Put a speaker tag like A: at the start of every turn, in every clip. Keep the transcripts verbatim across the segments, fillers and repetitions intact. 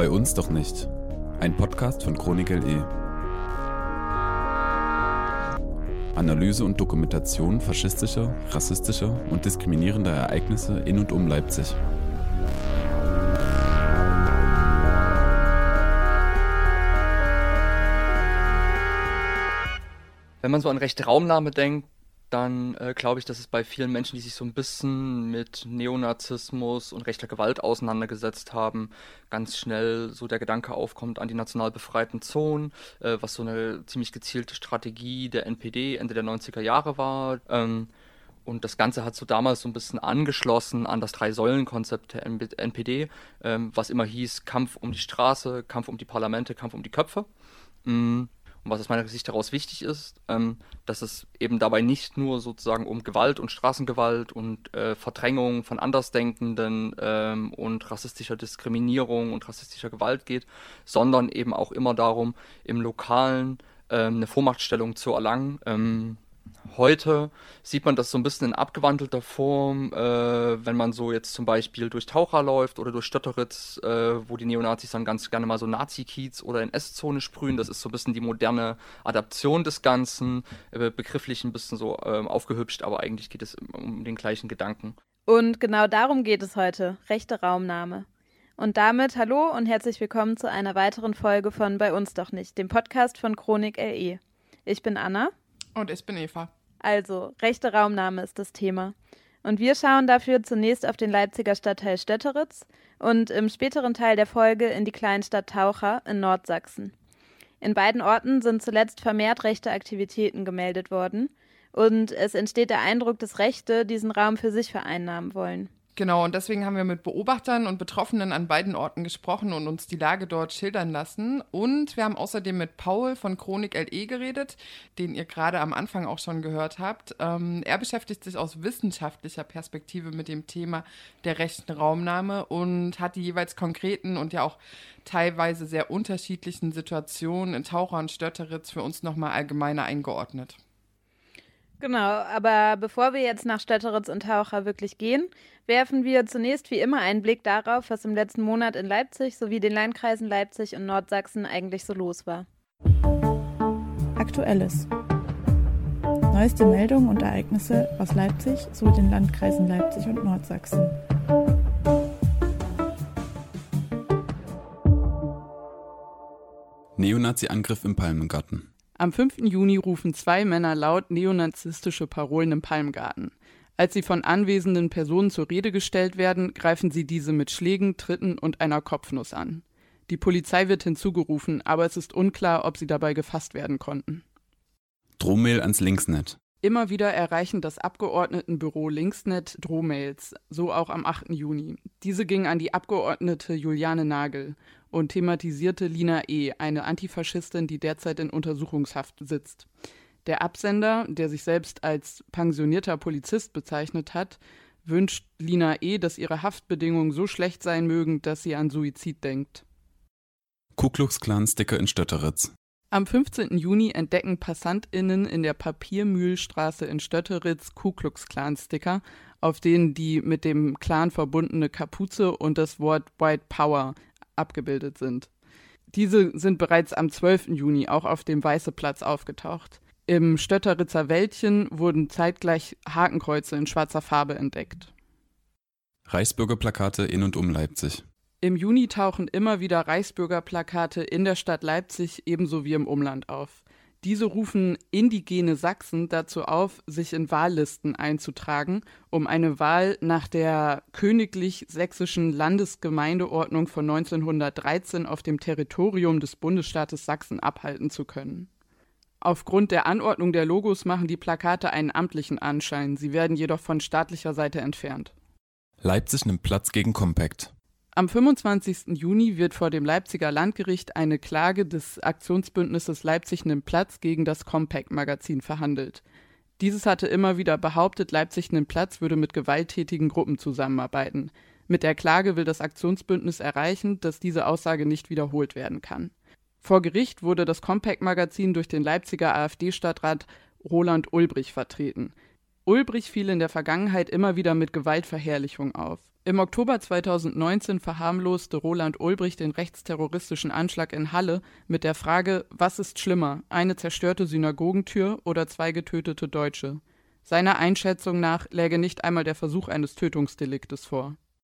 A: Bei uns doch nicht. Ein Podcast von Chronik L E. Analyse und Dokumentation faschistischer, rassistischer und diskriminierender Ereignisse in und um Leipzig.
B: Wenn man so an rechte Raumnahme denkt, dann äh, glaube ich, dass es bei vielen Menschen, die sich so ein bisschen mit Neonazismus und rechter Gewalt auseinandergesetzt haben, ganz schnell so der Gedanke aufkommt an die national befreiten Zonen, äh, was so eine ziemlich gezielte Strategie der N P D Ende der neunziger Jahre war. Ähm, und das Ganze hat so damals so ein bisschen angeschlossen an das Drei-Säulen-Konzept der N P D, ähm, was immer hieß Kampf um die Straße, Kampf um die Parlamente, Kampf um die Köpfe. Mm. Und was aus meiner Sicht daraus wichtig ist, ähm, dass es eben dabei nicht nur sozusagen um Gewalt und Straßengewalt und äh, Verdrängung von Andersdenkenden ähm, und rassistischer Diskriminierung und rassistischer Gewalt geht, sondern eben auch immer darum, im Lokalen ähm, eine Vormachtstellung zu erlangen. Ähm, Heute sieht man das so ein bisschen in abgewandelter Form, äh, wenn man so jetzt zum Beispiel durch Taucha läuft oder durch Stötteritz, äh, wo die Neonazis dann ganz gerne mal so Nazi-Kiez oder in S-Zone sprühen. Das ist so ein bisschen die moderne Adaption des Ganzen, äh, begrifflich ein bisschen so äh, aufgehübscht, aber eigentlich geht es um den gleichen Gedanken.
C: Und genau darum geht es heute, rechte Raumnahme. Und damit hallo und herzlich willkommen zu einer weiteren Folge von Bei uns doch nicht, dem Podcast von Chronik L E. Ich bin Anna.
D: Und ich bin Eva.
C: Also, rechte Raumnahme ist das Thema. Und wir schauen dafür zunächst auf den Leipziger Stadtteil Stötteritz und im späteren Teil der Folge in die Kleinstadt Taucha in Nordsachsen. In beiden Orten sind zuletzt vermehrt rechte Aktivitäten gemeldet worden und es entsteht der Eindruck, dass Rechte diesen Raum für sich vereinnahmen wollen.
D: Genau, und deswegen haben wir mit Beobachtern und Betroffenen an beiden Orten gesprochen und uns die Lage dort schildern lassen. Und wir haben außerdem mit Paul von Chronik L E geredet, den ihr gerade am Anfang auch schon gehört habt. Ähm, er beschäftigt sich aus wissenschaftlicher Perspektive mit dem Thema der rechten Raumnahme und hat die jeweils konkreten und ja auch teilweise sehr unterschiedlichen Situationen in Taucha und Stötteritz für uns nochmal allgemeiner eingeordnet.
C: Genau, aber bevor wir jetzt nach Stötteritz und Taucha wirklich gehen, werfen wir zunächst wie immer einen Blick darauf, was im letzten Monat in Leipzig sowie den Landkreisen Leipzig und Nordsachsen eigentlich so los war.
E: Aktuelles. Neueste Meldungen und Ereignisse aus Leipzig sowie den Landkreisen Leipzig und Nordsachsen.
A: Neonazi-Angriff im Palmengarten.
F: Am fünften Juni rufen zwei Männer laut neonazistische Parolen im Palmgarten. Als sie von anwesenden Personen zur Rede gestellt werden, greifen sie diese mit Schlägen, Tritten und einer Kopfnuss an. Die Polizei wird hinzugerufen, aber es ist unklar, ob sie dabei gefasst werden konnten.
A: Drohmail ans Linksnet.
F: Immer wieder erreichen das Abgeordnetenbüro Linksnet Drohmails, so auch am achten Juni. Diese ging an die Abgeordnete Juliane Nagel und thematisierte Lina E., eine Antifaschistin, die derzeit in Untersuchungshaft sitzt. Der Absender, der sich selbst als pensionierter Polizist bezeichnet hat, wünscht Lina E., dass ihre Haftbedingungen so schlecht sein mögen, dass sie an Suizid denkt.
A: Ku Klux Klan-Sticker in Stötteritz.
F: Am fünfzehnten Juni entdecken PassantInnen in der Papiermühlstraße in Stötteritz Ku Klux Klan-Sticker, auf denen die mit dem Clan verbundene Kapuze und das Wort White Power abgebildet sind. Diese sind bereits am zwölften Juni auch auf dem Weiße-Platz aufgetaucht. Im Stötteritzer Wäldchen wurden zeitgleich Hakenkreuze in schwarzer Farbe entdeckt.
A: Reichsbürgerplakate in und um Leipzig.
F: Im Juni tauchen immer wieder Reichsbürgerplakate in der Stadt Leipzig ebenso wie im Umland auf. Diese rufen indigene Sachsen dazu auf, sich in Wahllisten einzutragen, um eine Wahl nach der königlich-sächsischen Landesgemeindeordnung von neunzehnhundertdreizehn auf dem Territorium des Bundesstaates Sachsen abhalten zu können. Aufgrund der Anordnung der Logos machen die Plakate einen amtlichen Anschein, sie werden jedoch von staatlicher Seite entfernt.
A: Leipzig nimmt Platz gegen Compact.
F: Am fünfundzwanzigsten Juni wird vor dem Leipziger Landgericht eine Klage des Aktionsbündnisses Leipzig nimmt Platz gegen das Compact-Magazin verhandelt. Dieses hatte immer wieder behauptet, Leipzig nimmt Platz würde mit gewalttätigen Gruppen zusammenarbeiten. Mit der Klage will das Aktionsbündnis erreichen, dass diese Aussage nicht wiederholt werden kann. Vor Gericht wurde das Compact-Magazin durch den Leipziger AfD-Stadtrat Roland Ulbrich vertreten. Ulbrich fiel in der Vergangenheit immer wieder mit Gewaltverherrlichung auf. Im Oktober zweitausendneunzehn verharmloste Roland Ulbricht den rechtsterroristischen Anschlag in Halle mit der Frage, was ist schlimmer, eine zerstörte Synagogentür oder zwei getötete Deutsche? Seiner Einschätzung nach läge nicht einmal der Versuch eines Tötungsdeliktes vor.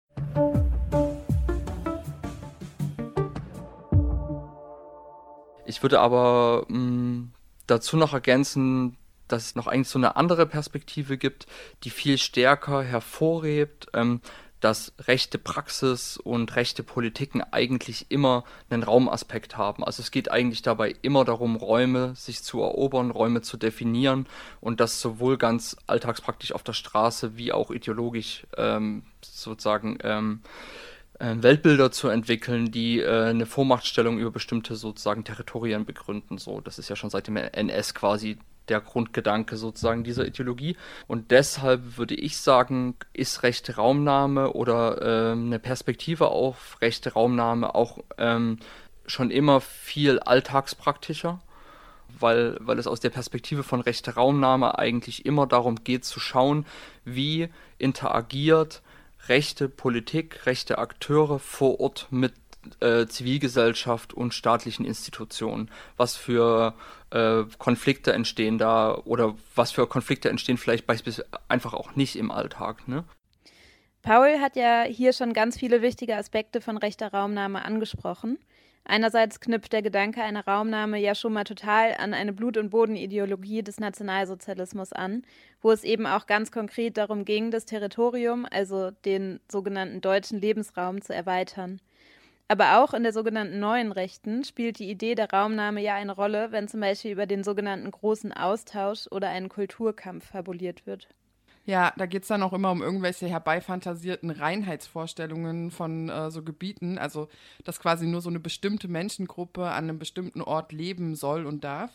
B: Ich würde aber mh, dazu noch ergänzen, dass es noch eigentlich so eine andere Perspektive gibt, die viel stärker hervorhebt, ähm, dass rechte Praxis und rechte Politiken eigentlich immer einen Raumaspekt haben. Also es geht eigentlich dabei immer darum, Räume sich zu erobern, Räume zu definieren und das sowohl ganz alltagspraktisch auf der Straße wie auch ideologisch ähm, sozusagen ähm, Weltbilder zu entwickeln, die äh, eine Vormachtstellung über bestimmte sozusagen Territorien begründen. So, das ist ja schon seit dem N S quasi der Grundgedanke sozusagen dieser Ideologie. Und deshalb würde ich sagen, ist rechte Raumnahme oder ähm, eine Perspektive auf rechte Raumnahme auch ähm, schon immer viel alltagspraktischer, weil, weil es aus der Perspektive von rechter Raumnahme eigentlich immer darum geht zu schauen, wie interagiert rechte Politik, rechte Akteure vor Ort mit äh, Zivilgesellschaft und staatlichen Institutionen. Was für äh, Konflikte entstehen da oder was für Konflikte entstehen vielleicht beispielsweise einfach auch nicht im Alltag, ne?
C: Paul hat ja hier schon ganz viele wichtige Aspekte von rechter Raumnahme angesprochen. Einerseits knüpft der Gedanke einer Raumnahme ja schon mal total an eine Blut- und Bodenideologie des Nationalsozialismus an, wo es eben auch ganz konkret darum ging, das Territorium, also den sogenannten deutschen Lebensraum, zu erweitern. Aber auch in der sogenannten neuen Rechten spielt die Idee der Raumnahme ja eine Rolle, wenn zum Beispiel über den sogenannten großen Austausch oder einen Kulturkampf fabuliert wird.
D: Ja, da geht es dann auch immer um irgendwelche herbeifantasierten Reinheitsvorstellungen von äh, so Gebieten, also dass quasi nur so eine bestimmte Menschengruppe an einem bestimmten Ort leben soll und darf.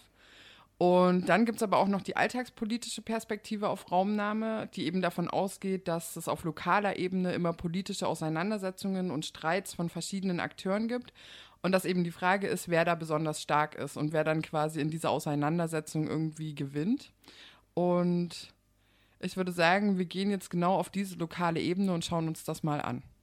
D: Und dann gibt es aber auch noch die alltagspolitische Perspektive auf Raumnahme, die eben davon ausgeht, dass es auf lokaler Ebene immer politische Auseinandersetzungen und Streits von verschiedenen Akteuren gibt und dass eben die Frage ist, wer da besonders stark ist und wer dann quasi in dieser Auseinandersetzung irgendwie gewinnt. Und ich würde sagen, wir gehen jetzt genau auf diese lokale Ebene und schauen uns das mal an.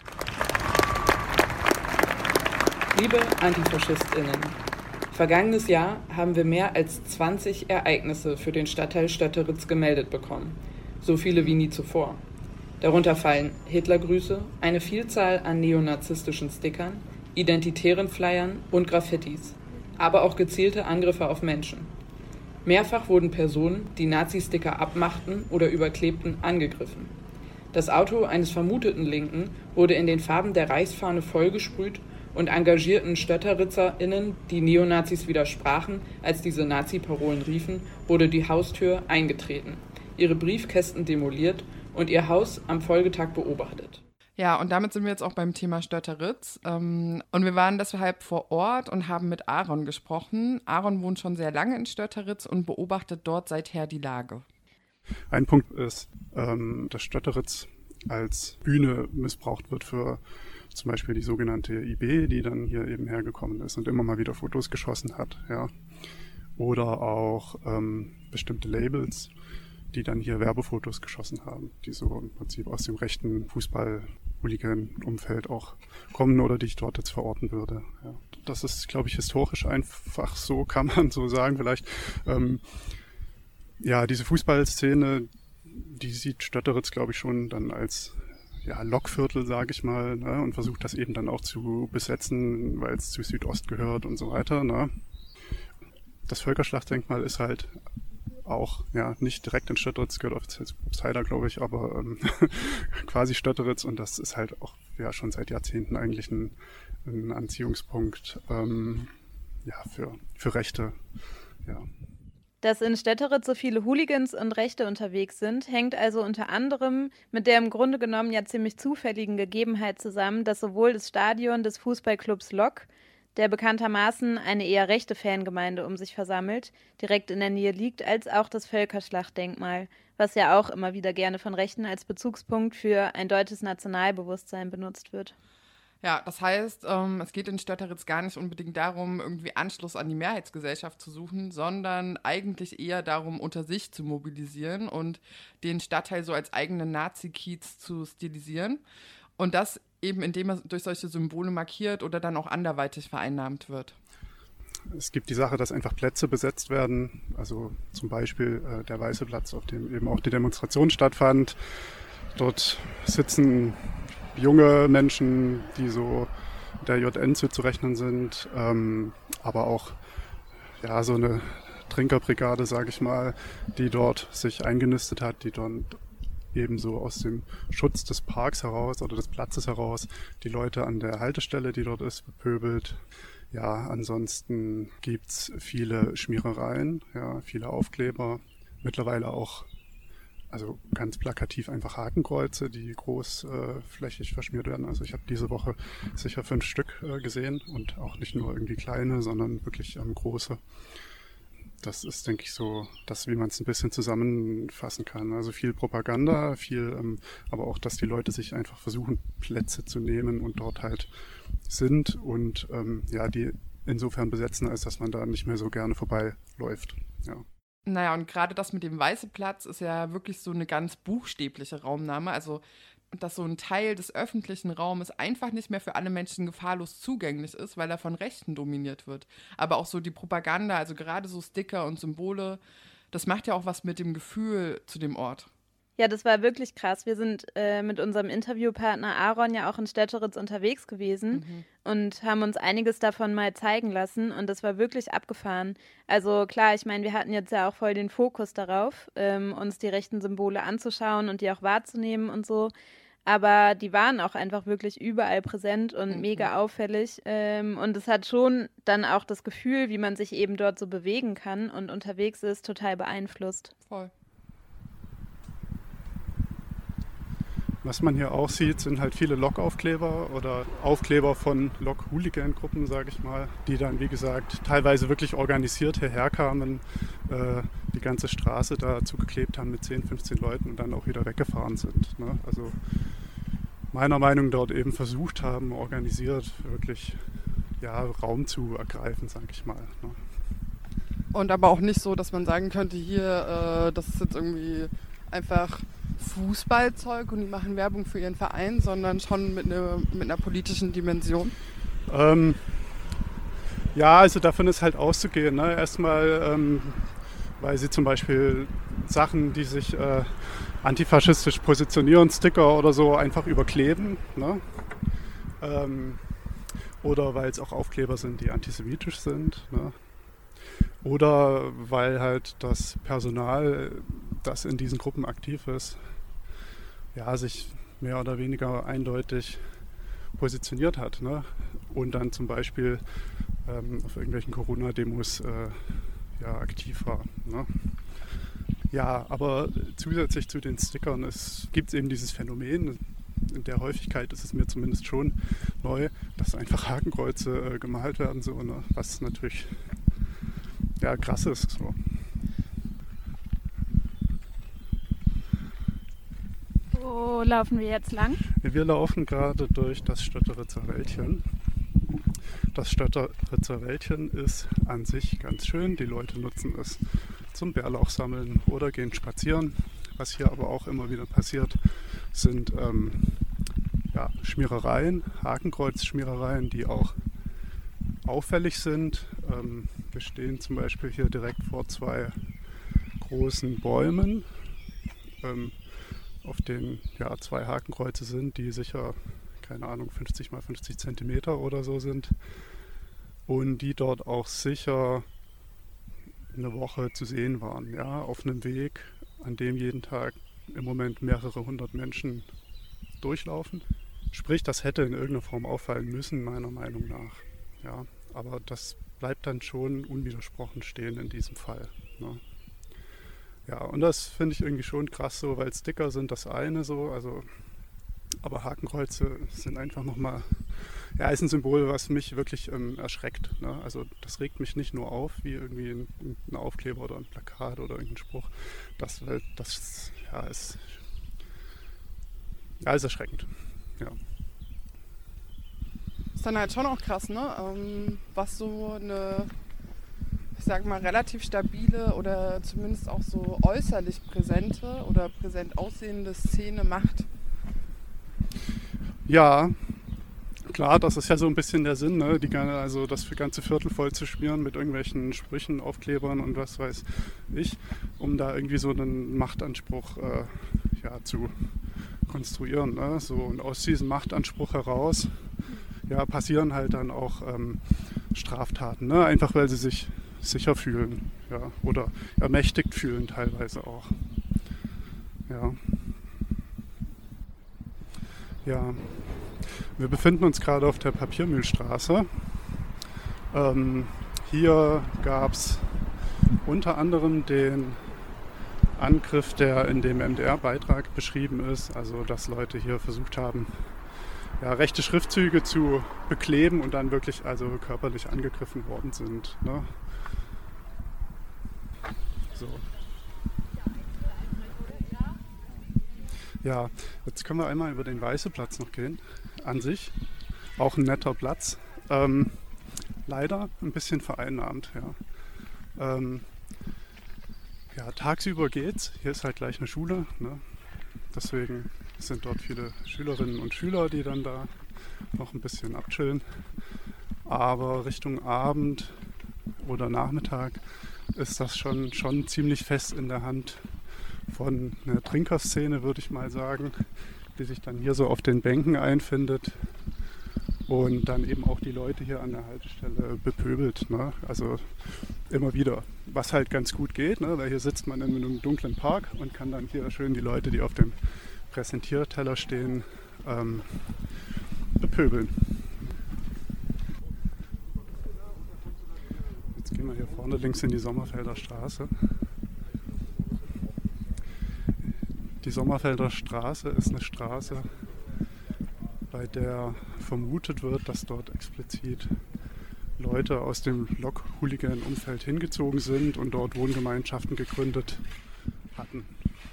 F: Liebe AntifaschistInnen, vergangenes Jahr haben wir mehr als zwanzig Ereignisse für den Stadtteil Stötteritz gemeldet bekommen. So viele wie nie zuvor. Darunter fallen Hitlergrüße, eine Vielzahl an neonazistischen Stickern, identitären Flyern und Graffitis, aber auch gezielte Angriffe auf Menschen. Mehrfach wurden Personen, die Nazi-Sticker abmachten oder überklebten, angegriffen. Das Auto eines vermuteten Linken wurde in den Farben der Reichsfahne vollgesprüht und engagierten StötteritzerInnen, die Neonazis widersprachen, als diese Nazi-Parolen riefen, wurde die Haustür eingetreten, ihre Briefkästen demoliert und ihr Haus am Folgetag beobachtet.
D: Ja, und damit sind wir jetzt auch beim Thema Stötteritz. Und wir waren deshalb vor Ort und haben mit Aaron gesprochen. Aaron wohnt schon sehr lange in Stötteritz und beobachtet dort seither die Lage.
G: Ein Punkt ist, dass Stötteritz als Bühne missbraucht wird für zum Beispiel die sogenannte I B, die dann hier eben hergekommen ist und immer mal wieder Fotos geschossen hat. Ja. Oder auch ähm, bestimmte Labels, die dann hier Werbefotos geschossen haben, die so im Prinzip aus dem rechten Fußball-Hooligan-Umfeld auch kommen oder die ich dort jetzt verorten würde. Ja. Das ist, glaube ich, historisch einfach so, kann man so sagen vielleicht. Ähm, ja, diese Fußballszene, die sieht Stötteritz, glaube ich, schon dann als ja, Lokviertel, sage ich mal, ne, und versucht das eben dann auch zu besetzen, weil es zu Südost gehört und so weiter. Ne. Das Völkerschlachtdenkmal ist halt auch, ja, nicht direkt in Stötteritz, gehört offiziell zu Probstheida, glaube ich, aber ähm, quasi Stötteritz, und das ist halt auch ja schon seit Jahrzehnten eigentlich ein, ein Anziehungspunkt ähm, ja, für, für Rechte, ja.
C: Dass in Stötteritz so viele Hooligans und Rechte unterwegs sind, hängt also unter anderem mit der im Grunde genommen ja ziemlich zufälligen Gegebenheit zusammen, dass sowohl das Stadion des Fußballclubs Lok, der bekanntermaßen eine eher rechte Fangemeinde um sich versammelt, direkt in der Nähe liegt, als auch das Völkerschlachtdenkmal, was ja auch immer wieder gerne von Rechten als Bezugspunkt für ein deutsches Nationalbewusstsein benutzt wird.
D: Ja, das heißt, ähm, es geht in Stötteritz gar nicht unbedingt darum, irgendwie Anschluss an die Mehrheitsgesellschaft zu suchen, sondern eigentlich eher darum, unter sich zu mobilisieren und den Stadtteil so als eigenen Nazi-Kiez zu stilisieren. Und das eben, indem er durch solche Symbole markiert oder dann auch anderweitig vereinnahmt wird.
G: Es gibt die Sache, dass einfach Plätze besetzt werden, also zum Beispiel äh, der Weiße Platz, auf dem eben auch die Demonstration stattfand. Dort sitzen junge Menschen, die so der J N zuzurechnen sind, ähm, aber auch ja so eine Trinkerbrigade, sage ich mal, die dort sich eingenistet hat, die dort ebenso aus dem Schutz des Parks heraus oder des Platzes heraus die Leute an der Haltestelle, die dort ist, bepöbelt. Ja, ansonsten gibt's viele Schmierereien, ja, viele Aufkleber, mittlerweile auch also ganz plakativ einfach Hakenkreuze, die großflächig äh, verschmiert werden. Also ich habe diese Woche sicher fünf Stück äh, gesehen und auch nicht nur irgendwie kleine, sondern wirklich ähm, große. Das ist, denke ich, so das, wie man es ein bisschen zusammenfassen kann. Also viel Propaganda, viel, ähm, aber auch, dass die Leute sich einfach versuchen, Plätze zu nehmen und dort halt sind und ähm, ja, die insofern besetzen, als dass man da nicht mehr so gerne vorbeiläuft. Ja.
D: Naja, und gerade das mit dem Weißen Platz ist ja wirklich so eine ganz buchstäbliche Raumnahme. Also, dass so ein Teil des öffentlichen Raumes einfach nicht mehr für alle Menschen gefahrlos zugänglich ist, weil er von Rechten dominiert wird. Aber auch so die Propaganda, also gerade so Sticker und Symbole, das macht ja auch was mit dem Gefühl zu dem Ort.
C: Ja, das war wirklich krass. Wir sind äh, mit unserem Interviewpartner Aaron ja auch in Stötteritz unterwegs gewesen mhm. und haben uns einiges davon mal zeigen lassen und das war wirklich abgefahren. Also klar, ich meine, wir hatten jetzt ja auch voll den Fokus darauf, ähm, uns die rechten Symbole anzuschauen und die auch wahrzunehmen und so, aber die waren auch einfach wirklich überall präsent und mhm. mega auffällig ähm, und es hat schon dann auch das Gefühl, wie man sich eben dort so bewegen kann und unterwegs ist, total beeinflusst.
D: Voll.
G: Was man hier auch sieht, sind halt viele Lok-Aufkleber oder Aufkleber von Lok-Hooligan-Gruppen, sage ich mal, die dann, wie gesagt, teilweise wirklich organisiert hierher kamen, äh, die ganze Straße da zugeklebt haben mit zehn, fünfzehn Leuten und dann auch wieder weggefahren sind. Ne? Also meiner Meinung nach dort eben versucht haben, organisiert wirklich ja, Raum zu ergreifen, sage ich mal. Ne?
D: Und aber auch nicht so, dass man sagen könnte, hier, äh, das ist jetzt irgendwie einfach Fußballzeug und die machen Werbung für ihren Verein, sondern schon mit, ne, mit einer politischen Dimension?
G: Ähm, ja, also davon ist halt auszugehen. Ne? Erstmal, ähm, weil sie zum Beispiel Sachen, die sich äh, antifaschistisch positionieren, Sticker oder so, einfach überkleben. Ne? Ähm, oder weil es auch Aufkleber sind, die antisemitisch sind. Ne? Oder weil halt das Personal, das in diesen Gruppen aktiv ist, ja, sich mehr oder weniger eindeutig positioniert hat. Ne? Und dann zum Beispiel ähm, auf irgendwelchen Corona-Demos äh, ja, aktiv war. Ne? Ja, aber zusätzlich zu den Stickern gibt es eben dieses Phänomen, in der Häufigkeit ist es mir zumindest schon neu, dass einfach Hakenkreuze äh, gemalt werden, so, ne? Was natürlich ja, krass ist. So.
C: Wo laufen wir jetzt lang?
G: Wir laufen gerade durch das Stötteritzer Wäldchen. Das Stötteritzer Wäldchen ist an sich ganz schön. Die Leute nutzen es zum Bärlauch sammeln oder gehen spazieren. Was hier aber auch immer wieder passiert, sind ähm, ja, Schmierereien, Hakenkreuzschmierereien, die auch auffällig sind. Ähm, wir stehen zum Beispiel hier direkt vor zwei großen Bäumen, ähm, auf denen ja, zwei Hakenkreuze sind, die sicher, keine Ahnung, fünfzig mal fünfzig Zentimeter oder so sind und die dort auch sicher eine Woche zu sehen waren, ja, auf einem Weg, an dem jeden Tag im Moment mehrere hundert Menschen durchlaufen. Sprich, das hätte in irgendeiner Form auffallen müssen, meiner Meinung nach. Ja, aber das bleibt dann schon unwidersprochen stehen in diesem Fall. Ne? Ja, und das finde ich irgendwie schon krass so, weil Sticker sind das eine so, also aber Hakenkreuze sind einfach nochmal, ja, ist ein Symbol, was mich wirklich ähm, erschreckt. Ne? Also das regt mich nicht nur auf, wie irgendwie ein, ein Aufkleber oder ein Plakat oder irgendein Spruch. Das, das ja, ist, ja, ist erschreckend. Ja.
D: ist dann halt schon auch krass, ne? Ähm, was so eine, ich sag mal, relativ stabile oder zumindest auch so äußerlich präsente oder präsent aussehende Szene macht.
G: Ja, klar, das ist ja so ein bisschen der Sinn, ne? Die, also das ganze Viertel voll zu schmieren mit irgendwelchen Sprüchen, Aufklebern und was weiß ich, um da irgendwie so einen Machtanspruch äh, ja, zu konstruieren. Ne? So, und aus diesem Machtanspruch heraus ja, passieren halt dann auch ähm, Straftaten, ne? Einfach weil sie sich sicher fühlen, ja, oder ermächtigt fühlen teilweise auch. Ja. Ja. Wir befinden uns gerade auf der Papiermühlstraße. Ähm, hier gab es unter anderem den Angriff, der in dem M D R-Beitrag beschrieben ist, also dass Leute hier versucht haben, ja, rechte Schriftzüge zu bekleben und dann wirklich also körperlich angegriffen worden sind. Ne? So. Ja, jetzt können wir einmal über den Weiße-Platz noch gehen. An sich auch ein netter Platz. Ähm, leider ein bisschen vereinnahmt. Ja. Ähm, ja, tagsüber geht's. Hier ist halt gleich eine Schule. Ne? Deswegen sind dort viele Schülerinnen und Schüler, die dann da noch ein bisschen abchillen. Aber Richtung Abend oder Nachmittag ist das schon, schon ziemlich fest in der Hand von einer Trinkerszene, würde ich mal sagen, die sich dann hier so auf den Bänken einfindet und dann eben auch die Leute hier an der Haltestelle bepöbelt. Ne? Also immer wieder, was halt ganz gut geht, ne? Weil hier sitzt man in einem dunklen Park und kann dann hier schön die Leute, die auf dem Präsentierteller stehen, ähm, bepöbeln. Jetzt gehen wir hier vorne links in die Sommerfelder Straße. Die Sommerfelder Straße ist eine Straße, bei der vermutet wird, dass dort explizit Leute aus dem Lok-Hooligan-Umfeld hingezogen sind und dort Wohngemeinschaften gegründet hatten.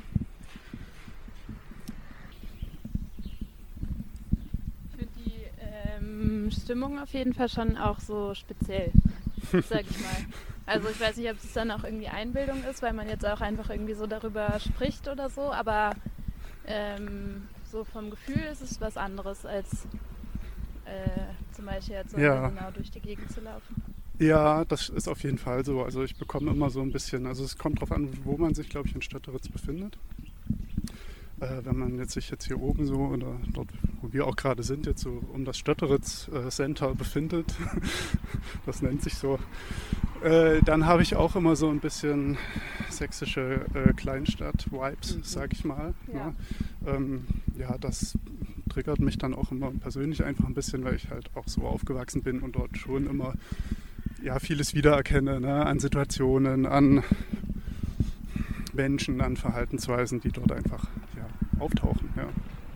C: Ich finde die ähm, Stimmung auf jeden Fall schon auch so speziell, sag ich mal. Also ich weiß nicht, ob es dann auch irgendwie Einbildung ist, weil man jetzt auch einfach irgendwie so darüber spricht oder so, aber ähm, so vom Gefühl ist es was anderes, als äh, zum Beispiel jetzt so
G: ja.
C: genau durch die Gegend zu laufen.
G: Ja, das ist auf jeden Fall so. Also ich bekomme immer so ein bisschen, also es kommt drauf an, wo man sich, glaube ich, in Stötteritz befindet. Äh, wenn man jetzt sich jetzt hier oben so oder dort, wo wir auch gerade sind, jetzt so um das Stötteritz äh, Center befindet, das nennt sich so, äh, dann habe ich auch immer so ein bisschen sächsische äh, Kleinstadt-Vibes, mhm. sag ich mal.
C: Ja.
G: Ne? Ähm, ja, das triggert mich dann auch immer persönlich einfach ein bisschen, weil ich halt auch so aufgewachsen bin und dort schon immer ja, vieles wiedererkenne, ne? An Situationen, an Menschen, an Verhaltensweisen, die dort einfach ja, auftauchen. Ja.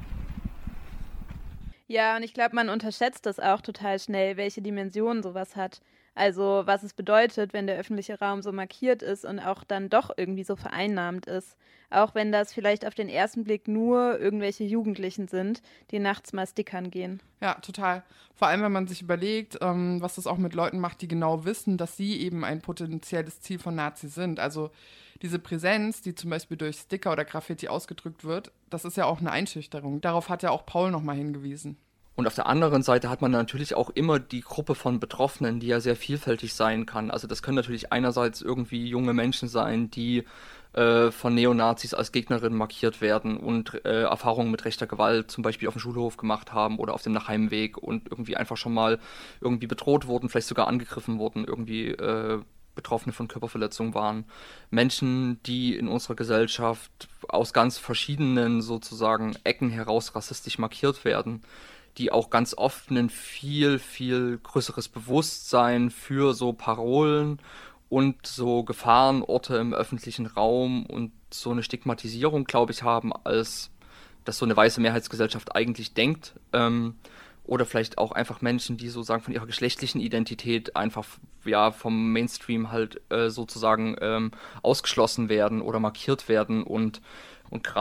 C: Ja, und ich glaube, man unterschätzt das auch total schnell, welche Dimensionen sowas hat. Also was es bedeutet, wenn der öffentliche Raum so markiert ist und auch dann doch irgendwie so vereinnahmt ist. Auch wenn das vielleicht auf den ersten Blick nur irgendwelche Jugendlichen sind, die nachts mal stickern gehen.
D: Ja, total. Vor allem, wenn man sich überlegt, ähm, was das auch mit Leuten macht, die genau wissen, dass sie eben ein potenzielles Ziel von Nazis sind. Also diese Präsenz, die zum Beispiel durch Sticker oder Graffiti ausgedrückt wird, das ist ja auch eine Einschüchterung. Darauf hat ja auch Paul nochmal hingewiesen.
B: Und auf der anderen Seite hat man natürlich auch immer die Gruppe von Betroffenen, die ja sehr vielfältig sein kann. Also das können natürlich einerseits irgendwie junge Menschen sein, die äh, von Neonazis als Gegnerinnen markiert werden und äh, Erfahrungen mit rechter Gewalt zum Beispiel auf dem Schulhof gemacht haben oder auf dem Nachheimweg und irgendwie einfach schon mal irgendwie bedroht wurden, vielleicht sogar angegriffen wurden, irgendwie äh, Betroffene von Körperverletzungen waren. Menschen, die in unserer Gesellschaft aus ganz verschiedenen sozusagen Ecken heraus rassistisch markiert werden, die auch ganz oft ein viel, viel größeres Bewusstsein für so Parolen und so Gefahrenorte im öffentlichen Raum und so eine Stigmatisierung, glaube ich, haben, als das so eine weiße Mehrheitsgesellschaft eigentlich denkt. Ähm, oder vielleicht auch einfach Menschen, die sozusagen von ihrer geschlechtlichen Identität einfach ja, vom Mainstream halt äh, sozusagen ähm, ausgeschlossen werden oder markiert werden. Und, und gerade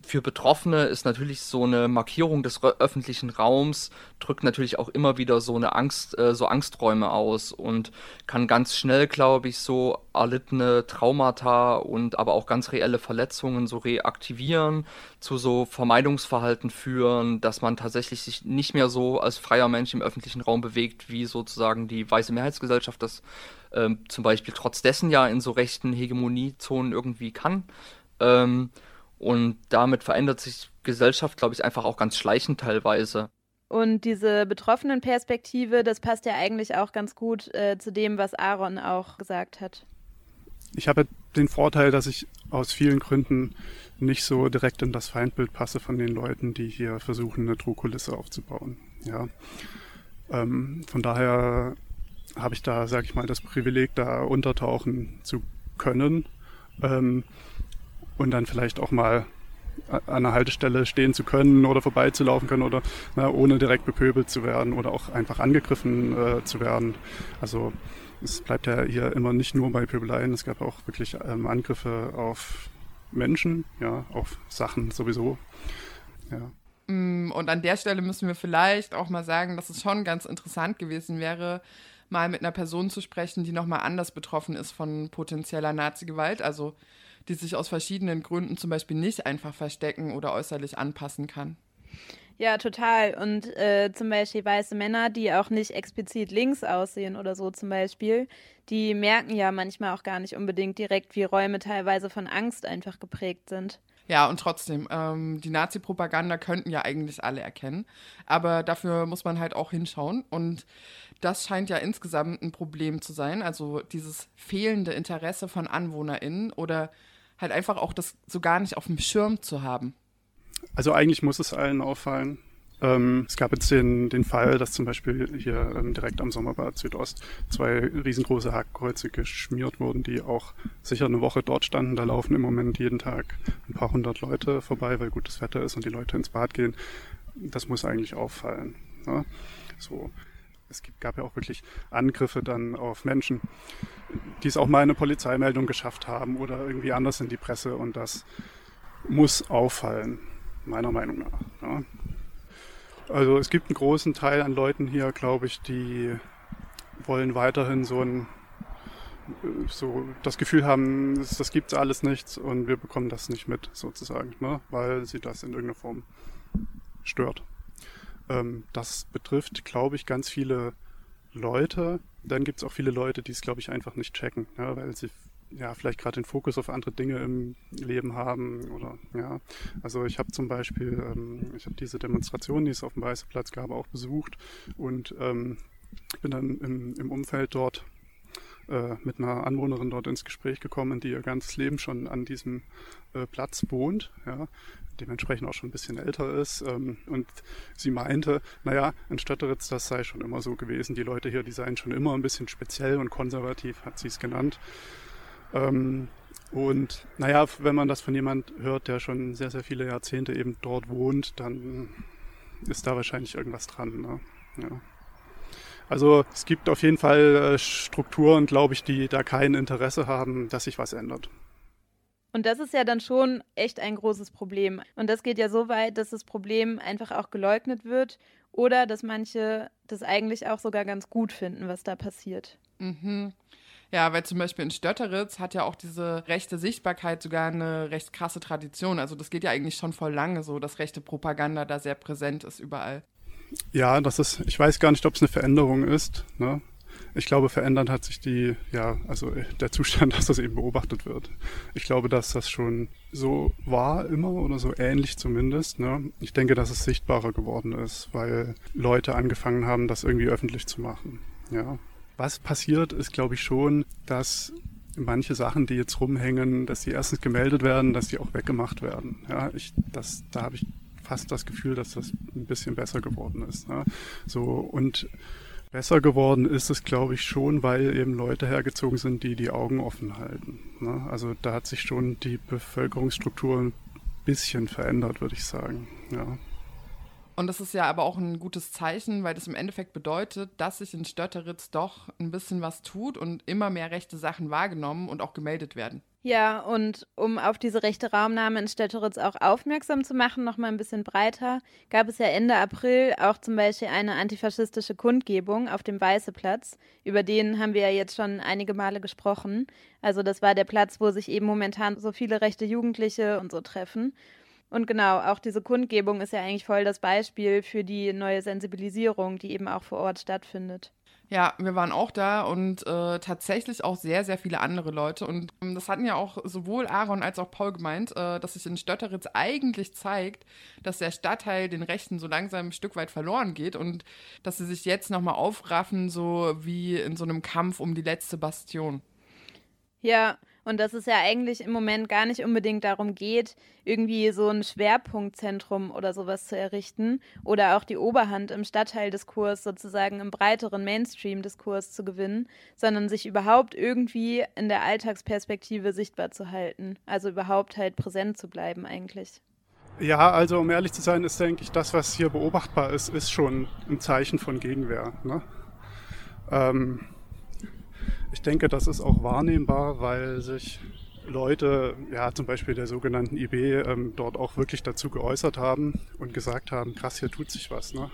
B: für Betroffene ist natürlich so eine Markierung des öffentlichen Raums, drückt natürlich auch immer wieder so eine Angst, äh, so Angsträume aus und kann ganz schnell, glaube ich, so erlittene Traumata und aber auch ganz reelle Verletzungen so reaktivieren, zu so Vermeidungsverhalten führen, dass man tatsächlich sich nicht mehr so als freier Mensch im öffentlichen Raum bewegt, wie sozusagen die weiße Mehrheitsgesellschaft das ähm, zum Beispiel trotz dessen ja in so rechten Hegemoniezonen irgendwie kann. Ähm, Und damit verändert sich Gesellschaft, glaube ich, einfach auch ganz schleichend teilweise.
C: Und diese Betroffenenperspektive, das passt ja eigentlich auch ganz gut äh, zu dem, was Aaron auch gesagt hat.
G: Ich habe den Vorteil, dass ich aus vielen Gründen nicht so direkt in das Feindbild passe von den Leuten, die hier versuchen, eine Drohkulisse aufzubauen. Ja. Ähm, von daher habe ich da, sage ich mal, das Privileg, da untertauchen zu können. Ähm, und dann vielleicht auch mal an einer Haltestelle stehen zu können oder vorbeizulaufen können oder na, ohne direkt bepöbelt zu werden oder auch einfach angegriffen äh, zu werden. Also es bleibt ja hier immer nicht nur bei Pöbeleien, es gab auch wirklich ähm, Angriffe auf Menschen, ja, auf Sachen sowieso. Ja.
D: Und an der Stelle müssen wir vielleicht auch mal sagen, dass es schon ganz interessant gewesen wäre, mal mit einer Person zu sprechen, die nochmal anders betroffen ist von potenzieller Nazi-Gewalt, also die sich aus verschiedenen Gründen zum Beispiel nicht einfach verstecken oder äußerlich anpassen kann.
C: Ja, total. Und äh, zum Beispiel weiße Männer, die auch nicht explizit links aussehen oder so zum Beispiel, die merken ja manchmal auch gar nicht unbedingt direkt, wie Räume teilweise von Angst einfach geprägt sind.
D: Ja, und trotzdem, ähm, die Nazi-Propaganda könnten ja eigentlich alle erkennen, aber dafür muss man halt auch hinschauen und das scheint ja insgesamt ein Problem zu sein, also dieses fehlende Interesse von AnwohnerInnen oder halt einfach auch das so gar nicht auf dem Schirm zu haben.
G: Also eigentlich muss es allen auffallen. Ähm, es gab jetzt den, den Fall, dass zum Beispiel hier ähm, direkt am Sommerbad Südost zwei riesengroße Hakenkreuze geschmiert wurden, die auch sicher eine Woche dort standen. Da laufen im Moment jeden Tag ein paar hundert Leute vorbei, weil gutes Wetter ist und die Leute ins Bad gehen. Das muss eigentlich auffallen. Ne? So. Es gibt, gab ja auch wirklich Angriffe dann auf Menschen, die es auch mal eine Polizeimeldung geschafft haben oder irgendwie anders in die Presse und das muss auffallen, meiner Meinung nach. Ja. Also es gibt einen großen Teil an Leuten hier, glaube ich, die wollen weiterhin so ein so das Gefühl haben, das, das gibt's alles nichts und wir bekommen das nicht mit, sozusagen, ne? Weil sie das in irgendeiner Form stört. Ähm, das betrifft, glaube ich, ganz viele Leute. Dann gibt es auch viele Leute, die es, glaube ich, einfach nicht checken, ja, weil sie ja vielleicht gerade den Fokus auf andere Dinge im Leben haben oder ja. Also ich habe zum Beispiel, ähm, ich habe diese Demonstration, die es auf dem Weißen Platz gab, auch besucht und ähm, bin dann im, im Umfeld dort äh, mit einer Anwohnerin dort ins Gespräch gekommen, die ihr ganzes Leben schon an diesem äh, Platz wohnt, ja, dementsprechend auch schon ein bisschen älter ist. Ähm, und sie meinte, naja, in Stötteritz, das sei schon immer so gewesen. Die Leute hier, die seien schon immer ein bisschen speziell und konservativ, hat sie es genannt. Ähm, und naja, wenn man das von jemand hört, der schon sehr, sehr viele Jahrzehnte eben dort wohnt, dann ist da wahrscheinlich irgendwas dran. Ne? Ja. Also es gibt auf jeden Fall äh, Strukturen, glaube ich, die da kein Interesse haben, dass sich was ändert.
C: Und das ist ja dann schon echt ein großes Problem. Und das geht ja so weit, dass das Problem einfach auch geleugnet wird oder dass manche das eigentlich auch sogar ganz gut finden, was da passiert.
D: Mhm. Ja, weil zum Beispiel in Stötteritz hat ja auch diese rechte Sichtbarkeit sogar eine recht krasse Tradition. Also das geht ja eigentlich schon voll lange so, dass rechte Propaganda da sehr präsent ist überall.
G: Ja, das ist, ich weiß gar nicht, ob es eine Veränderung ist, ne? Ich glaube, verändert hat sich die, ja, also der Zustand, dass das eben beobachtet wird. Ich glaube, dass das schon so war immer oder so ähnlich zumindest. Ne? Ich denke, dass es sichtbarer geworden ist, weil Leute angefangen haben, das irgendwie öffentlich zu machen. Ja. Was passiert, ist, glaube ich, schon, dass manche Sachen, die jetzt rumhängen, dass die erstens gemeldet werden, dass die auch weggemacht werden. Ja, ich, das, da habe ich fast das Gefühl, dass das ein bisschen besser geworden ist. Ne? So, und besser geworden ist es, glaube ich, schon, weil eben Leute hergezogen sind, die die Augen offen halten. Ne? Also da hat sich schon die Bevölkerungsstruktur ein bisschen verändert, würde ich sagen. Ja.
D: Und das ist ja aber auch ein gutes Zeichen, weil das im Endeffekt bedeutet, dass sich in Stötteritz doch ein bisschen was tut und immer mehr rechte Sachen wahrgenommen und auch gemeldet werden.
C: Ja, und um auf diese rechte Raumnahme in Stetteritz auch aufmerksam zu machen, noch mal ein bisschen breiter, gab es ja Ende April auch zum Beispiel eine antifaschistische Kundgebung auf dem Weiße-Platz. Über den haben wir ja jetzt schon einige Male gesprochen. Also das war der Platz, wo sich eben momentan so viele rechte Jugendliche und so treffen. Und genau, auch diese Kundgebung ist ja eigentlich voll das Beispiel für die neue Sensibilisierung, die eben auch vor Ort stattfindet.
D: Ja, wir waren auch da und äh, tatsächlich auch sehr, sehr viele andere Leute. Und ähm, das hatten ja auch sowohl Aaron als auch Paul gemeint, äh, dass sich in Stötteritz eigentlich zeigt, dass der Stadtteil den Rechten so langsam ein Stück weit verloren geht und dass sie sich jetzt nochmal aufraffen, so wie in so einem Kampf um die letzte Bastion.
C: Ja, und dass es ja eigentlich im Moment gar nicht unbedingt darum geht, irgendwie so ein Schwerpunktzentrum oder sowas zu errichten oder auch die Oberhand im Stadtteildiskurs sozusagen im breiteren Mainstream-Diskurs zu gewinnen, sondern sich überhaupt irgendwie in der Alltagsperspektive sichtbar zu halten. Also überhaupt halt präsent zu bleiben eigentlich.
G: Ja, also um ehrlich zu sein, ist, denke ich, das, was hier beobachtbar ist, ist schon ein Zeichen von Gegenwehr. Ne? Ähm, ich denke, das ist auch wahrnehmbar, weil sich Leute, ja zum Beispiel der sogenannten I B, ähm, dort auch wirklich dazu geäußert haben und gesagt haben, krass, hier tut sich was. Ne?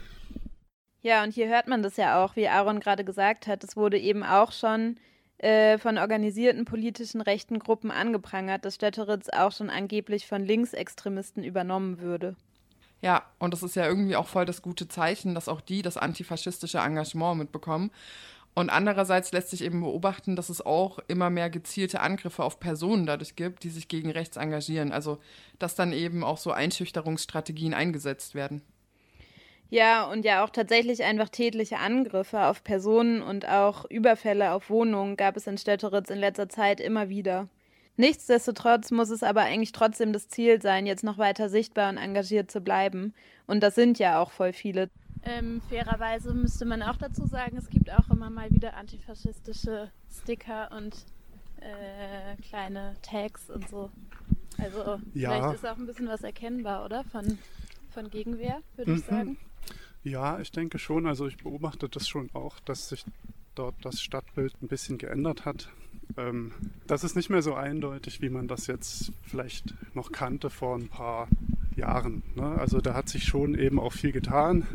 C: Ja, und hier hört man das ja auch, wie Aaron gerade gesagt hat. Es wurde eben auch schon äh, von organisierten politischen rechten Gruppen angeprangert, dass Stötteritz auch schon angeblich von Linksextremisten übernommen würde.
D: Ja, und das ist ja irgendwie auch voll das gute Zeichen, dass auch die das antifaschistische Engagement mitbekommen. Und andererseits lässt sich eben beobachten, dass es auch immer mehr gezielte Angriffe auf Personen dadurch gibt, die sich gegen rechts engagieren. Also, dass dann eben auch so Einschüchterungsstrategien eingesetzt werden.
C: Ja, und ja auch tatsächlich einfach tätliche Angriffe auf Personen und auch Überfälle auf Wohnungen gab es in Stötteritz in letzter Zeit immer wieder. Nichtsdestotrotz muss es aber eigentlich trotzdem das Ziel sein, jetzt noch weiter sichtbar und engagiert zu bleiben. Und das sind ja auch voll viele.
H: Ähm, fairerweise müsste man auch dazu sagen, es gibt auch immer mal wieder antifaschistische Sticker und äh, kleine Tags und so. Also
G: ja.
H: Vielleicht ist auch ein bisschen was erkennbar, oder? Von, von Gegenwehr, würde
G: mhm.
H: ich sagen.
G: Ja, ich denke schon. Also ich beobachte das schon auch, dass sich dort das Stadtbild ein bisschen geändert hat. Ähm, das ist nicht mehr so eindeutig, wie man das jetzt vielleicht noch kannte vor ein paar Jahren. Ne? Also da hat sich schon eben auch viel getan.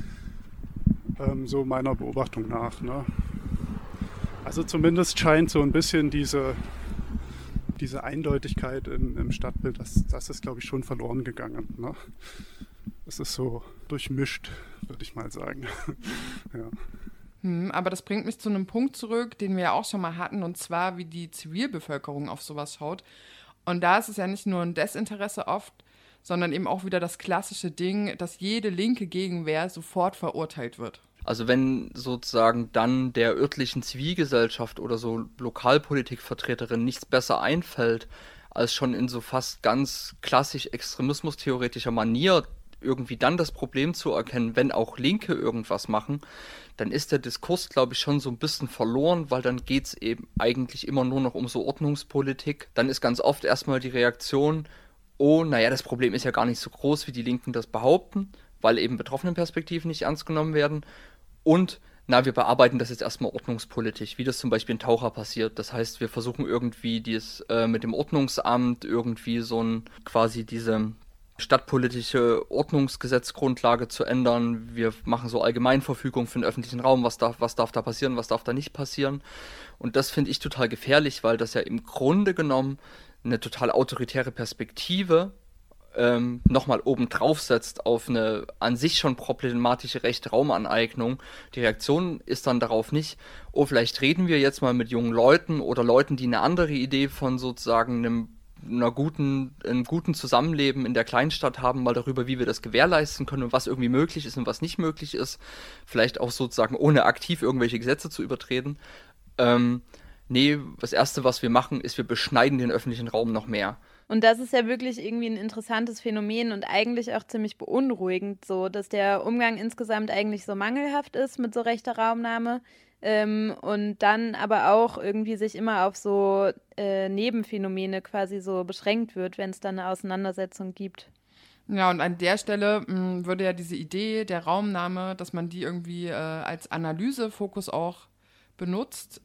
G: So meiner Beobachtung nach. Ne? Also zumindest scheint so ein bisschen diese, diese Eindeutigkeit im, im Stadtbild, das, das ist, glaube ich, schon verloren gegangen. Ne? Es ist so durchmischt, würde ich mal sagen. ja.
D: Hm, aber das bringt mich zu einem Punkt zurück, den wir ja auch schon mal hatten, und zwar, wie die Zivilbevölkerung auf sowas schaut. Und da ist es ja nicht nur ein Desinteresse oft, sondern eben auch wieder das klassische Ding, dass jede linke Gegenwehr sofort verurteilt wird.
B: Also wenn sozusagen dann der örtlichen Zivilgesellschaft oder so Lokalpolitikvertreterin nichts besser einfällt, als schon in so fast ganz klassisch extremismustheoretischer Manier irgendwie dann das Problem zu erkennen, wenn auch Linke irgendwas machen, dann ist der Diskurs, glaube ich, schon so ein bisschen verloren, weil dann geht es eben eigentlich immer nur noch um so Ordnungspolitik. Dann ist ganz oft erstmal die Reaktion, oh, naja, das Problem ist ja gar nicht so groß, wie die Linken das behaupten, weil eben Betroffenenperspektiven nicht ernst genommen werden. Und, na, wir bearbeiten das jetzt erstmal ordnungspolitisch, wie das zum Beispiel in Taucher passiert. Das heißt, wir versuchen irgendwie dies, äh, mit dem Ordnungsamt irgendwie so ein, quasi diese stadtpolitische Ordnungsgesetzgrundlage zu ändern. Wir machen so Allgemeinverfügungen für den öffentlichen Raum, was darf, was darf da passieren, was darf da nicht passieren. Und das finde ich total gefährlich, weil das ja im Grunde genommen eine total autoritäre Perspektive ähm, nochmal oben drauf setzt auf eine an sich schon problematische rechte Raumaneignung. Die Reaktion ist dann darauf nicht, oh, vielleicht reden wir jetzt mal mit jungen Leuten oder Leuten, die eine andere Idee von sozusagen einem einer guten, einem guten Zusammenleben in der Kleinstadt haben, mal darüber, wie wir das gewährleisten können und was irgendwie möglich ist und was nicht möglich ist. Vielleicht auch sozusagen ohne aktiv irgendwelche Gesetze zu übertreten. Ähm, nee, das Erste, was wir machen, ist, wir beschneiden den öffentlichen Raum noch mehr.
C: Und das ist ja wirklich irgendwie ein interessantes Phänomen und eigentlich auch ziemlich beunruhigend, so, dass der Umgang insgesamt eigentlich so mangelhaft ist mit so rechter Raumnahme. Ähm, und dann aber auch irgendwie sich immer auf so äh, Nebenphänomene quasi so beschränkt wird, wenn es dann eine Auseinandersetzung gibt.
D: Ja, und an der Stelle mh, würde ja diese Idee der Raumnahme, dass man die irgendwie äh, als Analysefokus auch benutzt,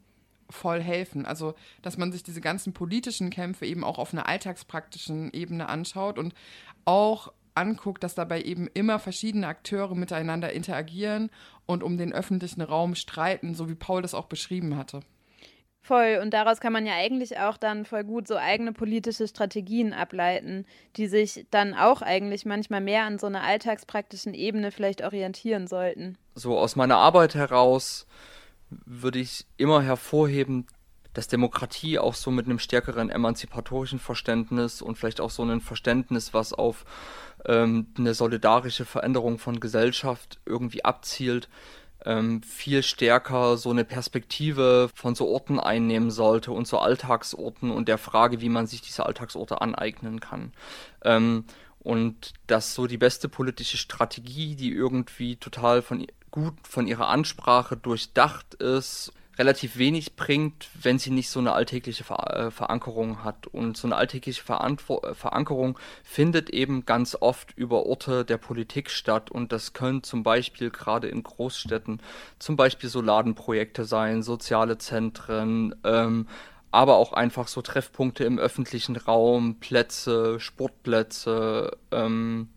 D: voll helfen. Also, dass man sich diese ganzen politischen Kämpfe eben auch auf einer alltagspraktischen Ebene anschaut und auch anguckt, dass dabei eben immer verschiedene Akteure miteinander interagieren und um den öffentlichen Raum streiten, so wie Paul das auch beschrieben hatte.
C: Voll. Und daraus kann man ja eigentlich auch dann voll gut so eigene politische Strategien ableiten, die sich dann auch eigentlich manchmal mehr an so einer alltagspraktischen Ebene vielleicht orientieren sollten.
B: So aus meiner Arbeit heraus würde ich immer hervorheben, dass Demokratie auch so mit einem stärkeren emanzipatorischen Verständnis und vielleicht auch so ein Verständnis, was auf ähm, eine solidarische Veränderung von Gesellschaft irgendwie abzielt, ähm, viel stärker so eine Perspektive von so Orten einnehmen sollte und so Alltagsorten und der Frage, wie man sich diese Alltagsorte aneignen kann. Ähm, und dass so die beste politische Strategie, die irgendwie total von gut von ihrer Ansprache durchdacht ist, relativ wenig bringt, wenn sie nicht so eine alltägliche Ver- äh, Verankerung hat. Und so eine alltägliche Verantwo- Verankerung findet eben ganz oft über Orte der Politik statt. Und das können zum Beispiel gerade in Großstädten zum Beispiel so Ladenprojekte sein, soziale Zentren, ähm, aber auch einfach so Treffpunkte im öffentlichen Raum, Plätze, Sportplätze, ähm,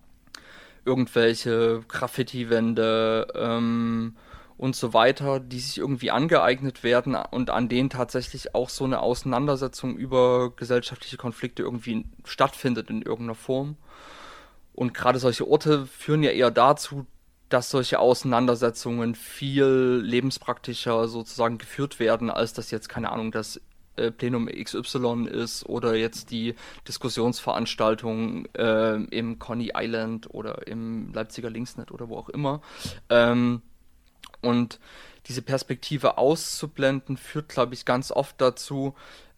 B: irgendwelche Graffiti-Wände, ähm, und so weiter, die sich irgendwie angeeignet werden und an denen tatsächlich auch so eine Auseinandersetzung über gesellschaftliche Konflikte irgendwie stattfindet in irgendeiner Form. Und gerade solche Orte führen ja eher dazu, dass solche Auseinandersetzungen viel lebenspraktischer sozusagen geführt werden, als das jetzt, keine Ahnung, das äh, Plenum X Y ist oder jetzt die Diskussionsveranstaltung äh, im Coney Island oder im Leipziger Linksnet oder wo auch immer. Ähm, Und diese Perspektive auszublenden, führt, glaube ich, ganz oft dazu,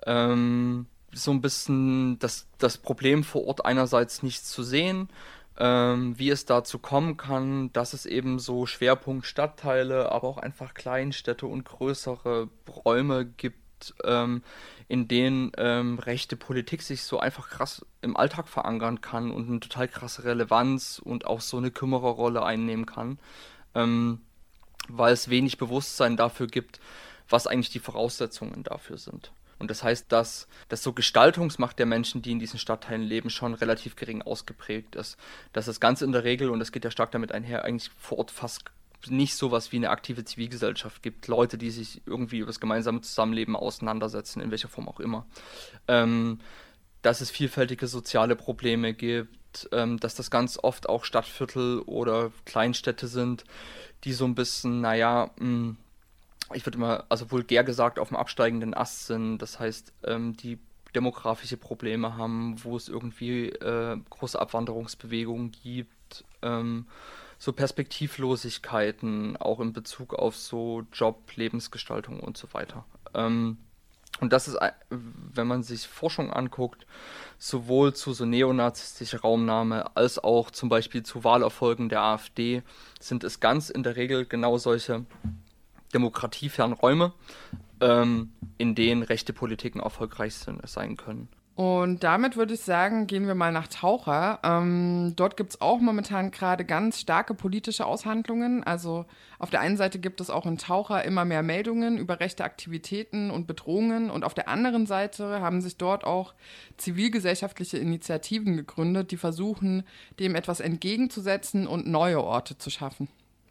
B: ähm, so ein bisschen das, das Problem vor Ort einerseits nicht zu sehen, ähm, wie es dazu kommen kann, dass es eben so Schwerpunktstadtteile, aber auch einfach Kleinstädte und größere Räume gibt, ähm, in denen ähm, rechte Politik sich so einfach krass im Alltag verankern kann und eine total krasse Relevanz und auch so eine Kümmererrolle einnehmen kann. Ähm, weil es wenig Bewusstsein dafür gibt, was eigentlich die Voraussetzungen dafür sind. Und das heißt, dass, dass so Gestaltungsmacht der Menschen, die in diesen Stadtteilen leben, schon relativ gering ausgeprägt ist. Dass es ganz in der Regel, und das geht ja stark damit einher, eigentlich vor Ort fast nicht sowas wie eine aktive Zivilgesellschaft gibt. Leute, die sich irgendwie über das gemeinsame Zusammenleben auseinandersetzen, in welcher Form auch immer. Ähm, dass es vielfältige soziale Probleme gibt, ähm, dass das ganz oft auch Stadtviertel oder Kleinstädte sind, die so ein bisschen, naja, mh, ich würde mal, also vulgär gesagt, auf dem absteigenden Ast sind. Das heißt, ähm, die demografische Probleme haben, wo es irgendwie äh, große Abwanderungsbewegungen gibt, ähm, so Perspektivlosigkeiten, auch in Bezug auf so Job, Lebensgestaltung und so weiter. Ähm, Und das ist, wenn man sich Forschung anguckt, sowohl zu so neonazistischer Raumnahme als auch zum Beispiel zu Wahlerfolgen der AfD, sind es ganz in der Regel genau solche demokratiefernen Räume, ähm, in denen rechte Politiken erfolgreich sind, sein können.
D: Und damit würde ich sagen, gehen wir mal nach Taucher. Ähm, dort gibt es auch momentan gerade ganz starke politische Aushandlungen. Also auf der einen Seite gibt es auch in Taucher immer mehr Meldungen über rechte Aktivitäten und Bedrohungen. Und auf der anderen Seite haben sich dort auch zivilgesellschaftliche Initiativen gegründet, die versuchen, dem etwas entgegenzusetzen und neue Orte zu schaffen.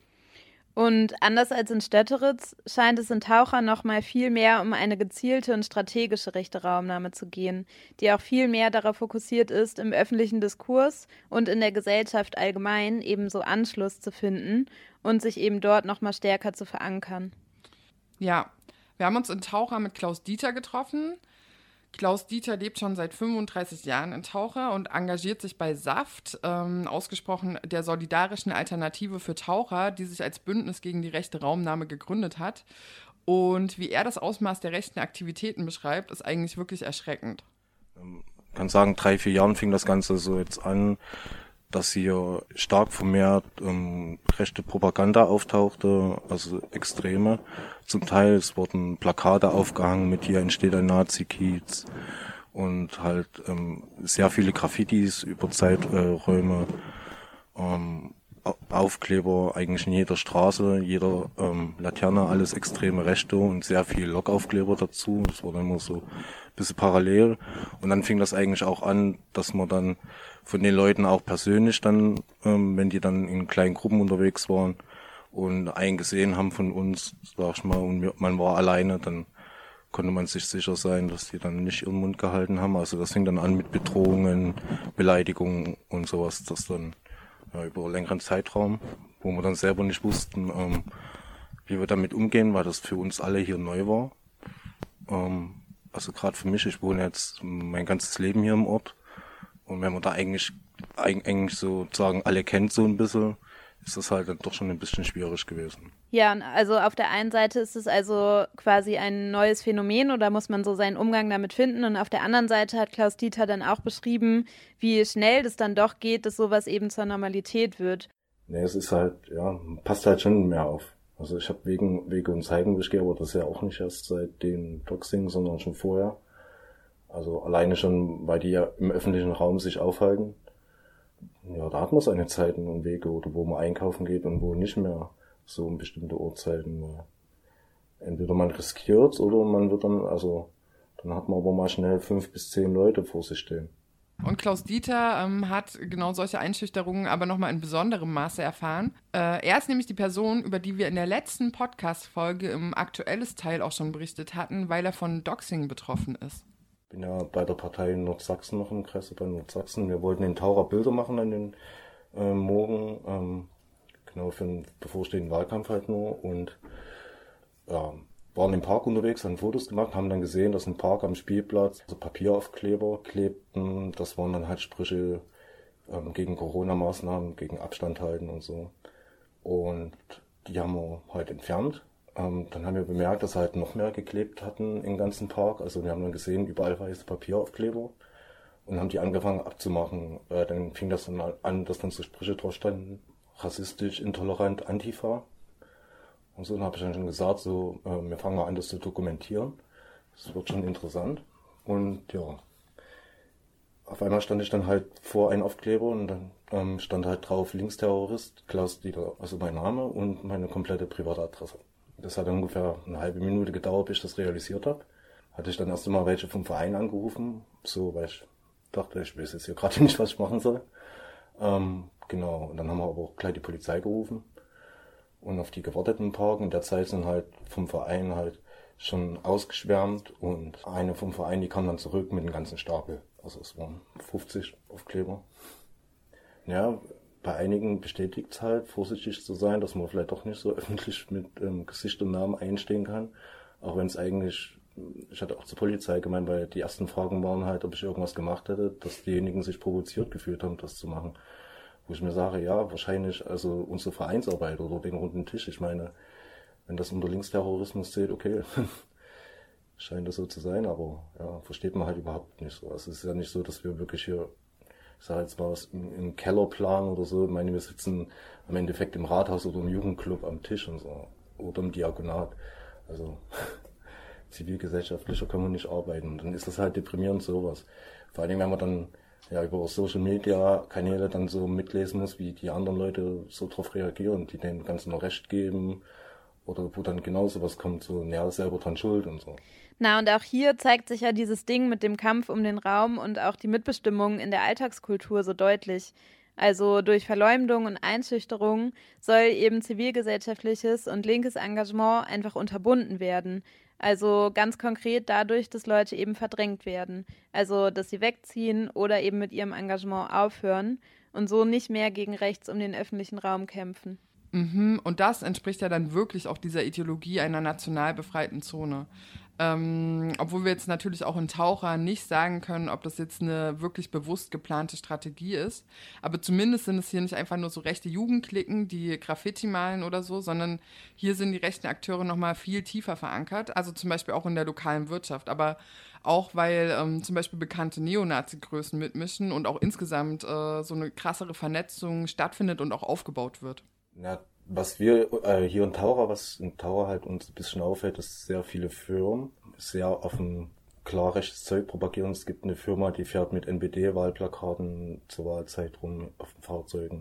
C: Und anders als in Stötteritz scheint es in Taucher noch mal viel mehr um eine gezielte und strategische rechte Raumnahme zu gehen, die auch viel mehr darauf fokussiert ist, im öffentlichen Diskurs und in der Gesellschaft allgemein ebenso Anschluss zu finden und sich eben dort noch mal stärker zu verankern.
D: Ja, wir haben uns in Taucher mit Klaus Dieter getroffen. Klaus Dieter lebt schon seit fünfunddreißig Jahren in Taucher und engagiert sich bei SAFT, ähm, ausgesprochen der Solidarischen Alternative für Taucher, die sich als Bündnis gegen die rechte Raumnahme gegründet hat. Und wie er das Ausmaß der rechten Aktivitäten beschreibt, ist eigentlich wirklich erschreckend.
I: Ich kann sagen, drei, vier Jahren fing das Ganze so jetzt an, dass hier stark vermehrt ähm, rechte Propaganda auftauchte, also Extreme. Zum Teil, es wurden Plakate aufgehangen mit hier entsteht ein Nazi-Kiez und halt ähm, sehr viele Graffitis über Zeiträume. Ähm, Aufkleber eigentlich in jeder Straße, jeder ähm, Laterne, alles extreme Rechte und sehr viel Lokaufkleber dazu. Das war dann immer so ein bisschen parallel. Und dann fing das eigentlich auch an, dass man dann von den Leuten auch persönlich dann, ähm, wenn die dann in kleinen Gruppen unterwegs waren und einen gesehen haben von uns, sag ich mal, und man war alleine, dann konnte man sich sicher sein, dass die dann nicht ihren Mund gehalten haben. Also das fing dann an mit Bedrohungen, Beleidigungen und sowas, das dann ja, über einen längeren Zeitraum, wo wir dann selber nicht wussten, ähm, wie wir damit umgehen, weil das für uns alle hier neu war. Ähm, also gerade für mich, ich wohne jetzt mein ganzes Leben hier im Ort und wenn man da eigentlich eigentlich sozusagen alle kennt so ein bisschen, ist das halt dann doch schon ein bisschen schwierig gewesen.
C: Ja, also auf der einen Seite ist es also quasi ein neues Phänomen oder muss man so seinen Umgang damit finden und auf der anderen Seite hat Klaus Dieter dann auch beschrieben, wie schnell das dann doch geht, dass sowas eben zur Normalität wird.
I: Nee, es ist halt, ja, passt halt schon mehr auf. Also ich habe wegen Wege und Zeigen, wo ich gehe, aber das ist ja auch nicht erst seit dem Doxing, sondern schon vorher. Also alleine schon, weil die ja im öffentlichen Raum sich aufhalten. Ja, da hat man seine Zeiten und Wege oder wo man einkaufen geht und wo nicht mehr so um bestimmte Uhrzeiten. Entweder man riskiert oder man wird dann, also dann hat man aber mal schnell fünf bis zehn Leute vor sich stehen.
D: Und Klaus Dieter ähm, hat genau solche Einschüchterungen aber nochmal in besonderem Maße erfahren. Äh, er ist nämlich die Person, über die wir in der letzten Podcast-Folge im Aktuelles-Teil auch schon berichtet hatten, weil er von Doxing betroffen ist.
I: Ich bin ja bei der Partei in Nordsachsen noch im Kreis bei Nordsachsen. Wir wollten in Taucher Bilder machen an den äh, Morgen, ähm, genau für den bevorstehenden Wahlkampf halt nur. Und ja, waren im Park unterwegs, haben Fotos gemacht, haben dann gesehen, dass im Park am Spielplatz also Papieraufkleber klebten. Das waren dann halt Sprüche ähm, gegen Corona-Maßnahmen, gegen Abstand halten und so. Und die haben wir halt entfernt. Ähm, dann haben wir bemerkt, dass halt noch mehr geklebt hatten im ganzen Park. Also wir haben dann gesehen, überall weiße Papieraufkleber und haben die angefangen abzumachen. Äh, dann fing das dann an, dass dann so Sprüche drauf standen, rassistisch, intolerant, Antifa. Und so, dann habe ich dann schon gesagt, so, äh, wir fangen mal an, das zu dokumentieren. Das wird schon interessant. Und ja, auf einmal stand ich dann halt vor einem Aufkleber und dann ähm, stand halt drauf Linksterrorist, Klaus Dieter, also mein Name und meine komplette Privatadresse. Das hat dann ungefähr eine halbe Minute gedauert, bis ich das realisiert habe. Hatte ich dann erst einmal welche vom Verein angerufen, so, weil ich dachte, ich weiß jetzt hier gerade nicht, was ich machen soll. Ähm, genau, und dann haben wir aber auch gleich die Polizei gerufen und auf die gewartet im Park. In der Zeit sind halt vom Verein halt schon ausgeschwärmt und eine vom Verein, die kam dann zurück mit einem ganzen Stapel. Also es waren fünfzig Aufkleber. Ja, bei einigen bestätigt es halt, vorsichtig zu sein, dass man vielleicht doch nicht so öffentlich mit ähm, Gesicht und Namen einstehen kann. Auch wenn es eigentlich, ich hatte auch zur Polizei gemeint, weil die ersten Fragen waren halt, ob ich irgendwas gemacht hätte, dass diejenigen sich provoziert gefühlt haben, das zu machen. Wo ich mir sage, ja, wahrscheinlich also unsere Vereinsarbeit oder den runden Tisch. Ich meine, wenn das unter Linksterrorismus zählt, okay, scheint das so zu sein, aber ja, versteht man halt überhaupt nicht so. Also es ist ja nicht so, dass wir wirklich hier, ich sage jetzt mal, was im, im Kellerplan oder so, ich meine, wir sitzen im Endeffekt im Rathaus oder im Jugendclub am Tisch und so, oder im Diakonat. Also zivilgesellschaftlicher kann man nicht arbeiten. Und dann ist das halt deprimierend sowas. Vor allem, wenn man dann ja über Social Media Kanäle dann so mitlesen muss, wie die anderen Leute so drauf reagieren, die denen Ganzen noch Recht geben oder wo dann genau sowas kommt, so, ja, selber dran schuld und so.
C: Na, und auch hier zeigt sich ja dieses Ding mit dem Kampf um den Raum und auch die Mitbestimmung in der Alltagskultur so deutlich. Also durch Verleumdung und Einschüchterung soll eben zivilgesellschaftliches und linkes Engagement einfach unterbunden werden. Also ganz konkret dadurch, dass Leute eben verdrängt werden. Also dass sie wegziehen oder eben mit ihrem Engagement aufhören und so nicht mehr gegen rechts um den öffentlichen Raum kämpfen.
D: Mhm, und das entspricht ja dann wirklich auch dieser Ideologie einer national befreiten Zone. Ähm, obwohl wir jetzt natürlich auch in Taucher nicht sagen können, ob das jetzt eine wirklich bewusst geplante Strategie ist. Aber zumindest sind es hier nicht einfach nur so rechte Jugendklicken, die Graffiti malen oder so, sondern hier sind die rechten Akteure nochmal viel tiefer verankert. Also zum Beispiel auch in der lokalen Wirtschaft. Aber auch weil ähm, zum Beispiel bekannte Neonazi-Größen mitmischen und auch insgesamt äh, so eine krassere Vernetzung stattfindet und auch aufgebaut wird.
I: Ja, was wir äh, hier in Taucher, was in Taucher halt uns ein bisschen auffällt, ist sehr viele Firmen sehr offen klar rechtes Zeug propagieren. Es gibt eine Firma, die fährt mit N P D-Wahlplakaten zur Wahlzeit rum auf den Fahrzeugen.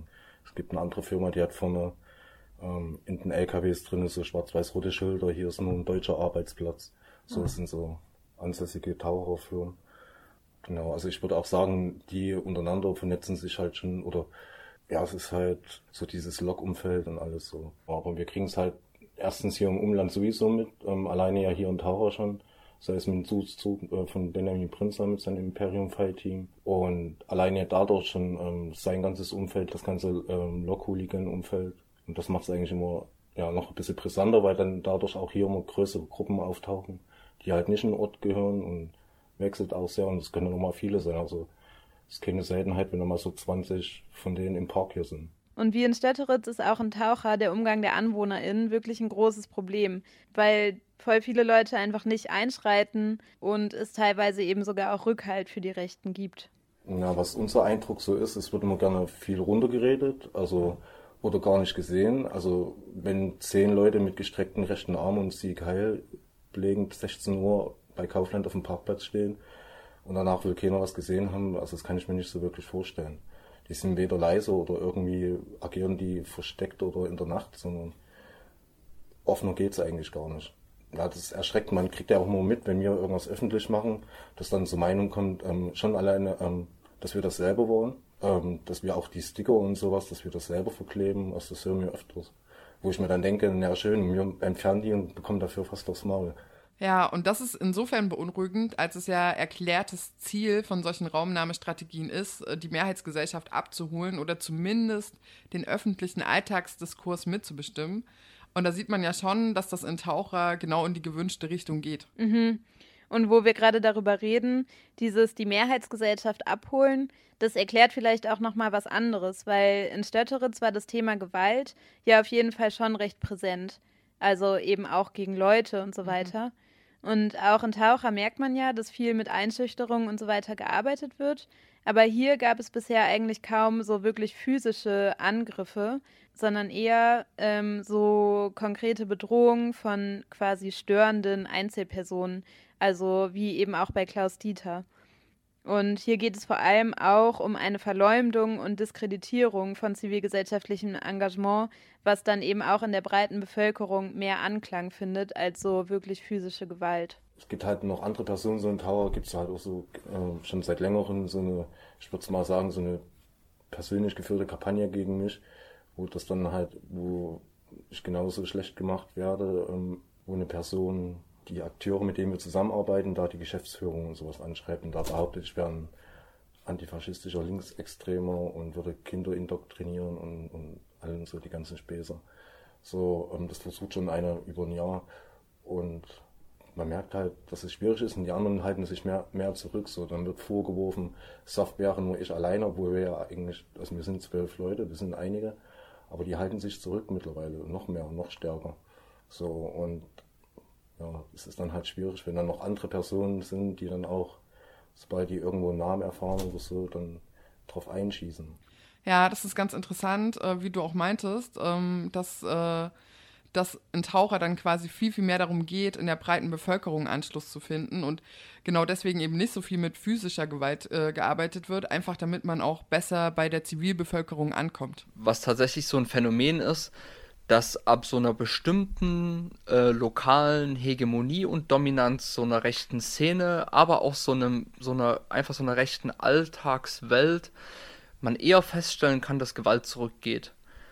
I: Es gibt eine andere Firma, die hat vorne ähm, in den L K Ws drin so schwarz-weiß-rote Schilder, hier ist nur ein deutscher Arbeitsplatz. So, das sind so ansässige Taucherfirmen. Genau, also ich würde auch sagen, die untereinander vernetzen sich halt schon, oder ja, es ist halt so dieses Log-Umfeld und alles so. Aber wir kriegen es halt erstens hier im Umland sowieso mit, ähm, alleine ja hier in Taucher schon, sei es mit dem Zug äh, von Benjamin Prinzler mit seinem Imperium Fight Team und alleine dadurch schon ähm, sein ganzes Umfeld, das ganze ähm, Log-Hooligan-Umfeld, und das macht es eigentlich immer ja noch ein bisschen brisanter, weil dann dadurch auch hier immer größere Gruppen auftauchen, die halt nicht in den Ort gehören, und wechselt auch sehr, und es können nochmal viele sein, also es ist keine Seltenheit, wenn nochmal so zwanzig von denen im Park hier sind.
C: Und wie in Stötteritz ist auch in Taucher der Umgang der AnwohnerInnen wirklich ein großes Problem, weil voll viele Leute einfach nicht einschreiten und es teilweise eben sogar auch Rückhalt für die Rechten gibt.
I: Ja, was unser Eindruck so ist, es wird immer gerne viel runtergeredet, also oder gar nicht gesehen. Also wenn zehn Leute mit gestreckten rechten Armen und Sieg Heil belegen bis sechzehn Uhr bei Kaufland auf dem Parkplatz stehen und danach will keiner was gesehen haben, also das kann ich mir nicht so wirklich vorstellen. Die sind weder leise oder irgendwie agieren die versteckt oder in der Nacht, sondern offener geht's eigentlich gar nicht. Ja, das erschreckt, man kriegt ja auch nur mit, wenn wir irgendwas öffentlich machen, dass dann zur Meinung kommt, ähm, schon alleine, ähm, dass wir das selber wollen, ähm, dass wir auch die Sticker und sowas, dass wir das selber verkleben, also das hören wir öfters. Wo ich mir dann denke, na schön, wir entfernen die und bekommen dafür fast aufs Maul.
D: Ja, und das ist insofern beunruhigend, als es ja erklärtes Ziel von solchen Raumnahmestrategien ist, die Mehrheitsgesellschaft abzuholen oder zumindest den öffentlichen Alltagsdiskurs mitzubestimmen. Und da sieht man ja schon, dass das in Taucher genau in die gewünschte Richtung geht.
C: Mhm. Und wo wir gerade darüber reden, dieses die Mehrheitsgesellschaft abholen, das erklärt vielleicht auch nochmal was anderes, weil in Stötteritz war das Thema Gewalt ja auf jeden Fall schon recht präsent. Also eben auch gegen Leute und so weiter. Und auch in Taucher merkt man ja, dass viel mit Einschüchterung und so weiter gearbeitet wird. Aber hier gab es bisher eigentlich kaum so wirklich physische Angriffe, sondern eher ähm, so konkrete Bedrohungen von quasi störenden Einzelpersonen, also wie eben auch bei Klaus Dieter. Und hier geht es vor allem auch um eine Verleumdung und Diskreditierung von zivilgesellschaftlichem Engagement, was dann eben auch in der breiten Bevölkerung mehr Anklang findet als so wirklich physische Gewalt.
I: Es gibt halt noch andere Personen, so in Tower gibt es halt auch so äh, schon seit längerem so eine, ich würde mal sagen, so eine persönlich geführte Kampagne gegen mich, wo das dann halt, wo ich genauso schlecht gemacht werde, ähm, wo eine Person die Akteure, mit denen wir zusammenarbeiten, da die Geschäftsführung und sowas anschreibt und da behauptet, ich wäre ein antifaschistischer Linksextremer und würde Kinder indoktrinieren und, und allen so die ganzen Späße. So, ähm, das versucht schon einer über ein Jahr und man merkt halt, dass es schwierig ist und die anderen halten sich mehr, mehr zurück. So, dann wird vorgeworfen, Saft wäre nur ich alleine, obwohl wir ja eigentlich, also wir sind zwölf Leute, wir sind einige, aber die halten sich zurück mittlerweile, noch mehr, noch stärker. So, und ja, es ist dann halt schwierig, wenn dann noch andere Personen sind, die dann auch, sobald die irgendwo einen Namen erfahren oder so, dann drauf einschießen.
D: Ja, das ist ganz interessant, äh, wie du auch meintest, ähm, dass, äh, dass in Taucher dann quasi viel, viel mehr darum geht, in der breiten Bevölkerung Anschluss zu finden und genau deswegen eben nicht so viel mit physischer Gewalt äh, gearbeitet wird, einfach damit man auch besser bei der Zivilbevölkerung ankommt.
B: Was tatsächlich so ein Phänomen ist, dass ab so einer bestimmten äh, lokalen Hegemonie und Dominanz so einer rechten Szene, aber auch so einem, so einer, einfach so einer rechten Alltagswelt, man eher feststellen kann, dass Gewalt zurückgeht.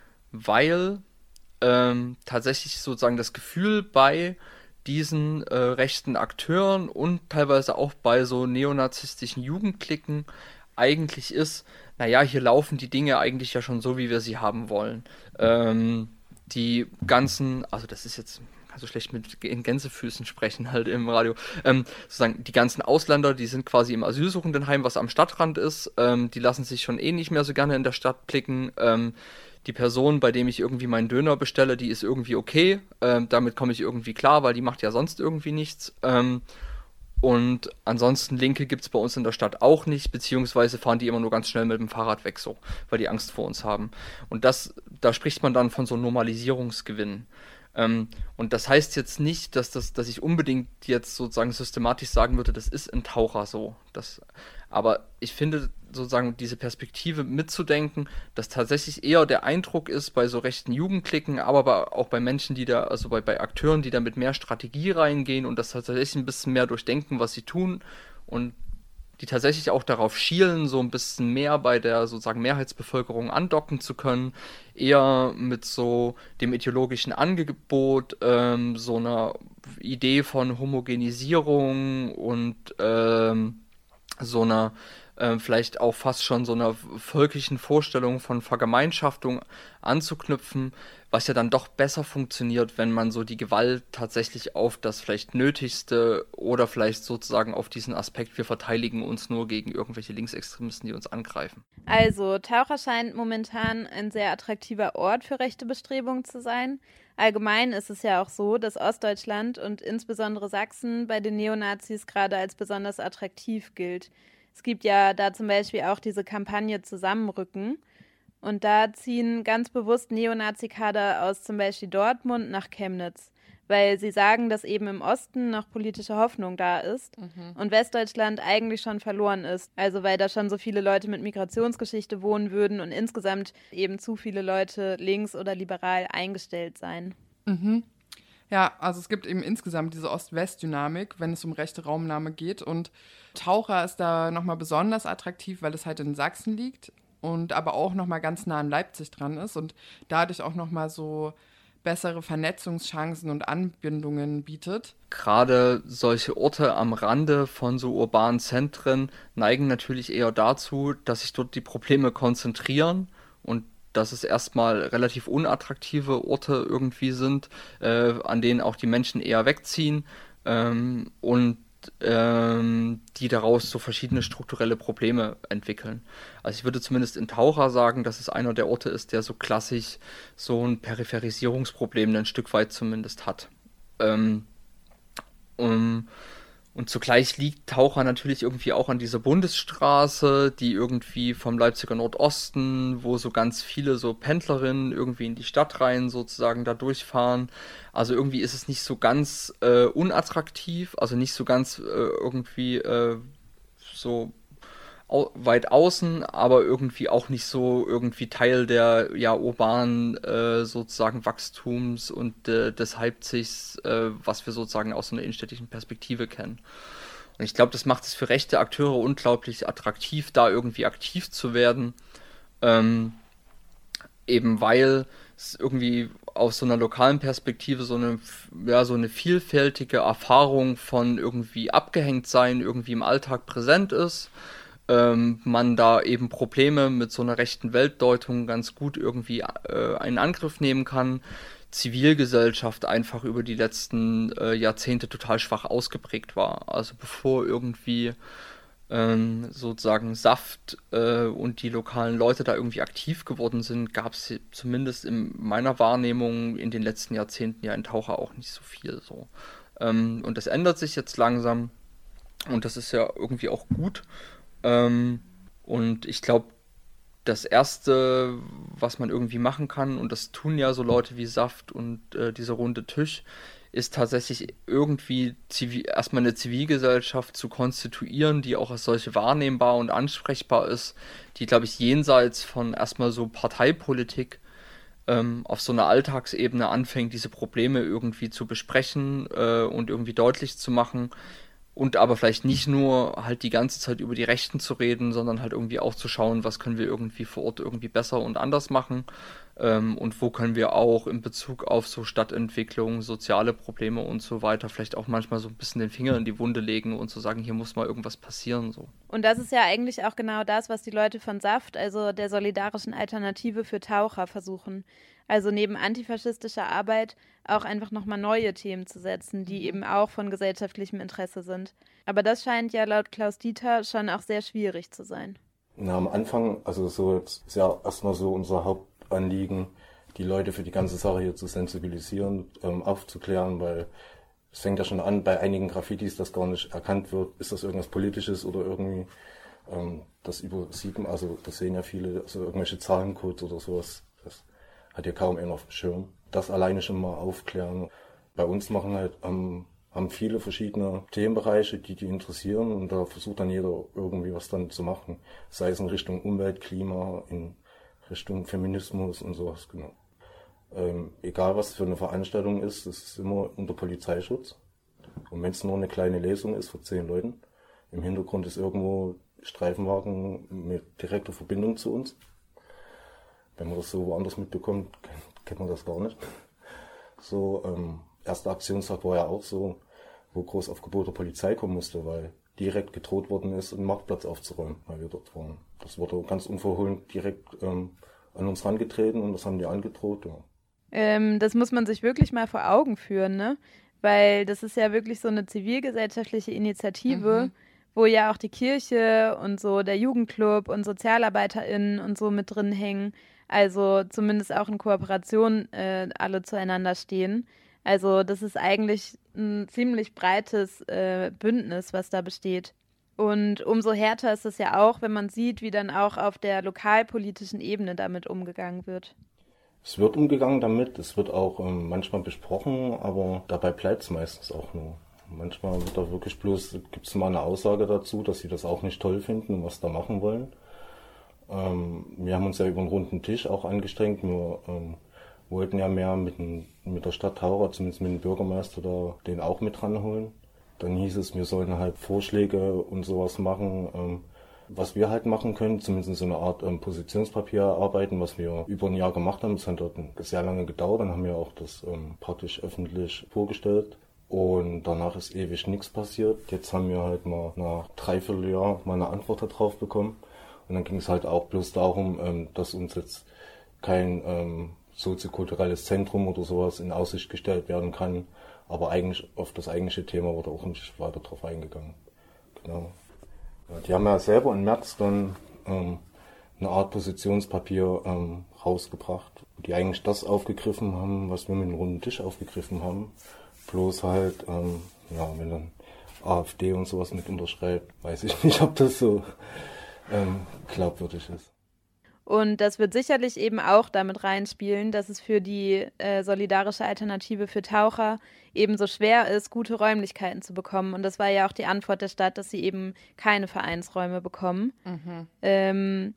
B: Weil ähm, tatsächlich sozusagen das Gefühl bei diesen äh, rechten Akteuren und teilweise auch bei so neonazistischen Jugendklicken eigentlich ist, naja, hier laufen die Dinge eigentlich ja schon so, wie wir sie haben wollen. Ähm, die ganzen, also das ist jetzt, kann so schlecht mit in Gänsefüßen sprechen halt im Radio, ähm, sozusagen die ganzen Ausländer, die sind quasi im Asylsuchendenheim, was am Stadtrand ist, ähm, die lassen sich schon eh nicht mehr so gerne in der Stadt blicken, ähm, die Person, bei dem ich irgendwie meinen Döner bestelle, die ist irgendwie okay, ähm, damit komme ich irgendwie klar, weil die macht ja sonst irgendwie nichts, ähm, und ansonsten Linke gibt es bei uns in der Stadt auch nicht, beziehungsweise fahren die immer nur ganz schnell mit dem Fahrrad weg, so, weil die Angst vor uns haben. Und das, da spricht man dann von so Normalisierungsgewinn. Ähm, und das heißt jetzt nicht, dass, das, dass ich unbedingt jetzt sozusagen systematisch sagen würde, das ist in Taucher so. Das, aber ich finde sozusagen diese Perspektive mitzudenken, dass tatsächlich eher der Eindruck ist bei so rechten Jugendklicken, aber auch bei Menschen, die da, also bei, bei Akteuren, die da mit mehr Strategie reingehen und das tatsächlich ein bisschen mehr durchdenken, was sie tun und die tatsächlich auch darauf schielen, so ein bisschen mehr bei der sozusagen Mehrheitsbevölkerung andocken zu können, eher mit so dem ideologischen Angebot, ähm, so einer Idee von Homogenisierung und ähm, so einer äh, vielleicht auch fast schon so einer völkischen Vorstellung von Vergemeinschaftung anzuknüpfen, was ja dann doch besser funktioniert, wenn man so die Gewalt tatsächlich auf das vielleicht Nötigste oder vielleicht sozusagen auf diesen Aspekt, wir verteidigen uns nur gegen irgendwelche Linksextremisten, die uns angreifen.
C: Also, Taucher scheint momentan ein sehr attraktiver Ort für rechte Bestrebungen zu sein. Allgemein ist es ja auch so, dass Ostdeutschland und insbesondere Sachsen bei den Neonazis gerade als besonders attraktiv gilt. Es gibt ja da zum Beispiel auch diese Kampagne Zusammenrücken. Und da ziehen ganz bewusst Neonazi-Kader aus zum Beispiel Dortmund nach Chemnitz, weil sie sagen, dass eben im Osten noch politische Hoffnung da ist mhm. und Westdeutschland eigentlich schon verloren ist. Also weil da schon so viele Leute mit Migrationsgeschichte wohnen würden und insgesamt eben zu viele Leute links oder liberal eingestellt seien.
D: Mhm. Ja, also es gibt eben insgesamt diese Ost-West-Dynamik, wenn es um rechte Raumnahme geht. Und Taucher ist da nochmal besonders attraktiv, weil es halt in Sachsen liegt und aber auch nochmal ganz nah an Leipzig dran ist und dadurch auch nochmal so bessere Vernetzungschancen und Anbindungen bietet.
B: Gerade solche Orte am Rande von so urbanen Zentren neigen natürlich eher dazu, dass sich dort die Probleme konzentrieren und dass es erstmal relativ unattraktive Orte irgendwie sind, äh, an denen auch die Menschen eher wegziehen ähm, und ähm, die daraus so verschiedene strukturelle Probleme entwickeln. Also ich würde zumindest in Taucher sagen, dass es einer der Orte ist, der so klassisch so ein Peripherisierungsproblem ein Stück weit zumindest hat. Ähm, um, Und zugleich liegt Taucher natürlich irgendwie auch an dieser Bundesstraße, die irgendwie vom Leipziger Nordosten, wo so ganz viele so Pendlerinnen irgendwie in die Stadt rein sozusagen da durchfahren. Also irgendwie ist es nicht so ganz äh, unattraktiv, also nicht so ganz äh, irgendwie äh, so au- weit außen, aber irgendwie auch nicht so irgendwie Teil der ja urbanen äh, sozusagen Wachstums und äh, des Leipzigs, äh, was wir sozusagen aus so einer innenstädtischen Perspektive kennen. Und ich glaube, das macht es für rechte Akteure unglaublich attraktiv, da irgendwie aktiv zu werden, ähm, eben weil es irgendwie aus so einer lokalen Perspektive so eine, ja, so eine vielfältige Erfahrung von irgendwie abgehängt sein, irgendwie im Alltag präsent ist. Ähm, man da eben Probleme mit so einer rechten Weltdeutung ganz gut irgendwie äh, in Angriff nehmen kann. Zivilgesellschaft einfach über die letzten äh, Jahrzehnte total schwach ausgeprägt war. Also bevor irgendwie ähm, sozusagen Saft äh, und die lokalen Leute da irgendwie aktiv geworden sind, gab es zumindest in meiner Wahrnehmung in den letzten Jahrzehnten ja in Taucher auch nicht so viel so. Ähm, und das ändert sich jetzt langsam und das ist ja irgendwie auch gut. Ähm, und ich glaube, das Erste, was man irgendwie machen kann, und das tun ja so Leute wie Saft und äh, dieser runde Tisch, ist tatsächlich irgendwie zivil, erstmal eine Zivilgesellschaft zu konstituieren, die auch als solche wahrnehmbar und ansprechbar ist, die, glaube ich, jenseits von erstmal so Parteipolitik ähm, auf so einer Alltagsebene anfängt, diese Probleme irgendwie zu besprechen äh, und irgendwie deutlich zu machen. Und aber vielleicht nicht nur halt die ganze Zeit über die Rechten zu reden, sondern halt irgendwie auch zu schauen, was können wir irgendwie vor Ort irgendwie besser und anders machen ähm, und wo können wir auch in Bezug auf so Stadtentwicklung, soziale Probleme und so weiter vielleicht auch manchmal so ein bisschen den Finger in die Wunde legen und zu sagen, hier muss mal irgendwas passieren. So.
C: Und das ist ja eigentlich auch genau das, was die Leute von Saft, also der solidarischen Alternative für Taucher, versuchen. Also neben antifaschistischer Arbeit auch einfach nochmal neue Themen zu setzen, die eben auch von gesellschaftlichem Interesse sind. Aber das scheint ja laut Klaus Dieter schon auch sehr schwierig zu sein.
I: Na, am Anfang, also so jetzt ist ja erstmal so unser Hauptanliegen, die Leute für die ganze Sache hier zu sensibilisieren, ähm, aufzuklären, weil es fängt ja schon an, bei einigen Graffitis, dass gar nicht erkannt wird, ist das irgendwas Politisches oder irgendwie ähm, das übersieht man, also das sehen ja viele, also irgendwelche Zahlencodes oder sowas, das hat ja kaum einer auf dem Schirm. Das alleine schon mal aufklären. Bei uns machen halt am haben viele verschiedene Themenbereiche, die die interessieren und da versucht dann jeder irgendwie was dann zu machen. Sei es in Richtung Umwelt, Klima, in Richtung Feminismus und sowas, genau. Ähm, egal was für eine Veranstaltung ist, es ist immer unter Polizeischutz. Und wenn es nur eine kleine Lesung ist für zehn Leuten, im Hintergrund ist irgendwo Streifenwagen mit direkter Verbindung zu uns. Wenn man das so woanders mitbekommt, kennt man das gar nicht. So, ähm, erster Aktionstag war ja auch so, wo Großaufgebot der Polizei kommen musste, weil direkt gedroht worden ist, einen Marktplatz aufzuräumen, weil wir dort waren. Das wurde ganz unverhohlen direkt ähm, an uns rangetreten und das haben die angedroht, ja.
C: Ähm, das muss man sich wirklich mal vor Augen führen, ne? Weil das ist ja wirklich so eine zivilgesellschaftliche Initiative, mhm. wo ja auch die Kirche und so der Jugendclub und SozialarbeiterInnen und so mit drin hängen. Also zumindest auch in Kooperation äh, alle zueinander stehen. Also das ist eigentlich ein ziemlich breites äh, Bündnis, was da besteht. Und umso härter ist es ja auch, wenn man sieht, wie dann auch auf der lokalpolitischen Ebene damit umgegangen wird.
I: Es wird umgegangen damit, es wird auch ähm, manchmal besprochen, aber dabei bleibt es meistens auch nur. Manchmal wird da wirklich bloß, gibt es mal eine Aussage dazu, dass sie das auch nicht toll finden und was da machen wollen. Ähm, wir haben uns ja über einen runden Tisch auch angestrengt, wir ähm, wollten ja mehr mit, den, mit der Stadt Taucher, zumindest mit dem Bürgermeister, da den auch mit ranholen. Dann hieß es, wir sollen halt Vorschläge und sowas machen, ähm, was wir halt machen können, zumindest so eine Art ähm, Positionspapier arbeiten, was wir über ein Jahr gemacht haben. Das hat dort sehr lange gedauert, dann haben wir auch das ähm, praktisch öffentlich vorgestellt und danach ist ewig nichts passiert. Jetzt haben wir halt mal nach dreiviertel Jahr mal eine Antwort darauf bekommen und dann ging es halt auch bloß darum, ähm, dass uns jetzt kein ähm, soziokulturelles Zentrum oder sowas in Aussicht gestellt werden kann, aber eigentlich auf das eigentliche Thema wurde auch nicht weiter drauf eingegangen. Genau. Ja, die haben ja selber im März dann ähm, eine Art Positionspapier ähm, rausgebracht, die eigentlich das aufgegriffen haben, was wir mit dem runden Tisch aufgegriffen haben. Bloß halt, ähm, ja, wenn dann AfD und sowas mit unterschreibt, weiß ich nicht, ob das so ähm, glaubwürdig ist.
C: Und das wird sicherlich eben auch damit reinspielen, dass es für die äh, solidarische Alternative für Taucher eben so schwer ist, gute Räumlichkeiten zu bekommen. Und das war ja auch die Antwort der Stadt, dass sie eben keine Vereinsräume bekommen. Mhm. Ähm,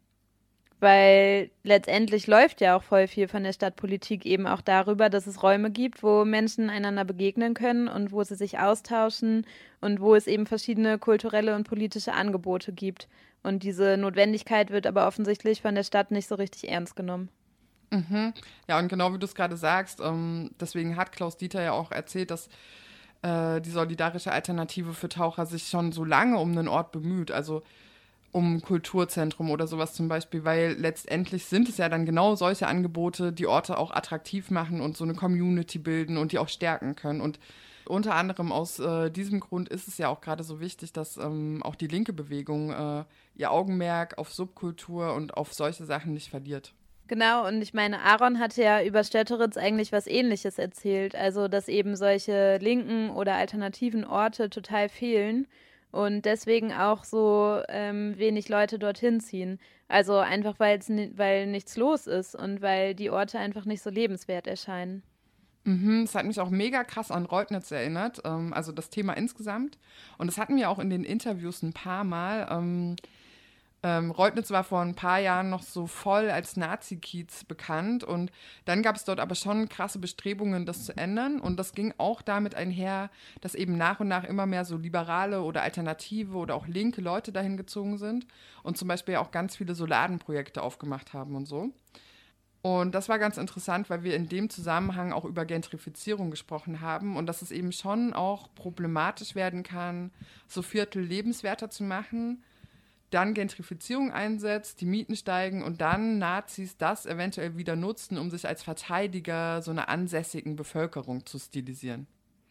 C: weil letztendlich läuft ja auch voll viel von der Stadtpolitik eben auch darüber, dass es Räume gibt, wo Menschen einander begegnen können und wo sie sich austauschen und wo es eben verschiedene kulturelle und politische Angebote gibt. Und diese Notwendigkeit wird aber offensichtlich von der Stadt nicht so richtig ernst genommen.
D: Mhm. Ja, und genau wie du es gerade sagst, ähm, deswegen hat Klaus Dieter ja auch erzählt, dass äh, die solidarische Alternative für Taucher sich schon so lange um einen Ort bemüht, also um ein Kulturzentrum oder sowas zum Beispiel, weil letztendlich sind es ja dann genau solche Angebote, die Orte auch attraktiv machen und so eine Community bilden und die auch stärken können. Und unter anderem aus äh, diesem Grund ist es ja auch gerade so wichtig, dass ähm, auch die linke Bewegung äh, ihr Augenmerk auf Subkultur und auf solche Sachen nicht verliert.
C: Genau, und ich meine, Aaron hatte ja über Stötteritz eigentlich was Ähnliches erzählt, also dass eben solche linken oder alternativen Orte total fehlen und deswegen auch so ähm, wenig Leute dorthin ziehen. Also einfach, weil's ni- weil nichts los ist und weil die Orte einfach nicht so lebenswert erscheinen.
D: Mhm, es hat mich auch mega krass an Reutnitz erinnert, ähm, also das Thema insgesamt. Und das hatten wir auch in den Interviews ein paar Mal. Ähm, ähm, Reutnitz war vor ein paar Jahren noch so voll als Nazi-Kiez bekannt und dann gab es dort aber schon krasse Bestrebungen, das zu ändern. Und das ging auch damit einher, dass eben nach und nach immer mehr so liberale oder alternative oder auch linke Leute dahin gezogen sind und zum Beispiel auch ganz viele so Ladenprojekte aufgemacht haben und so. Und das war ganz interessant, weil wir in dem Zusammenhang auch über Gentrifizierung gesprochen haben und dass es eben schon auch problematisch werden kann, so Viertel lebenswerter zu machen, dann Gentrifizierung einsetzt, die Mieten steigen und dann Nazis das eventuell wieder nutzen, um sich als Verteidiger so einer ansässigen Bevölkerung zu stilisieren.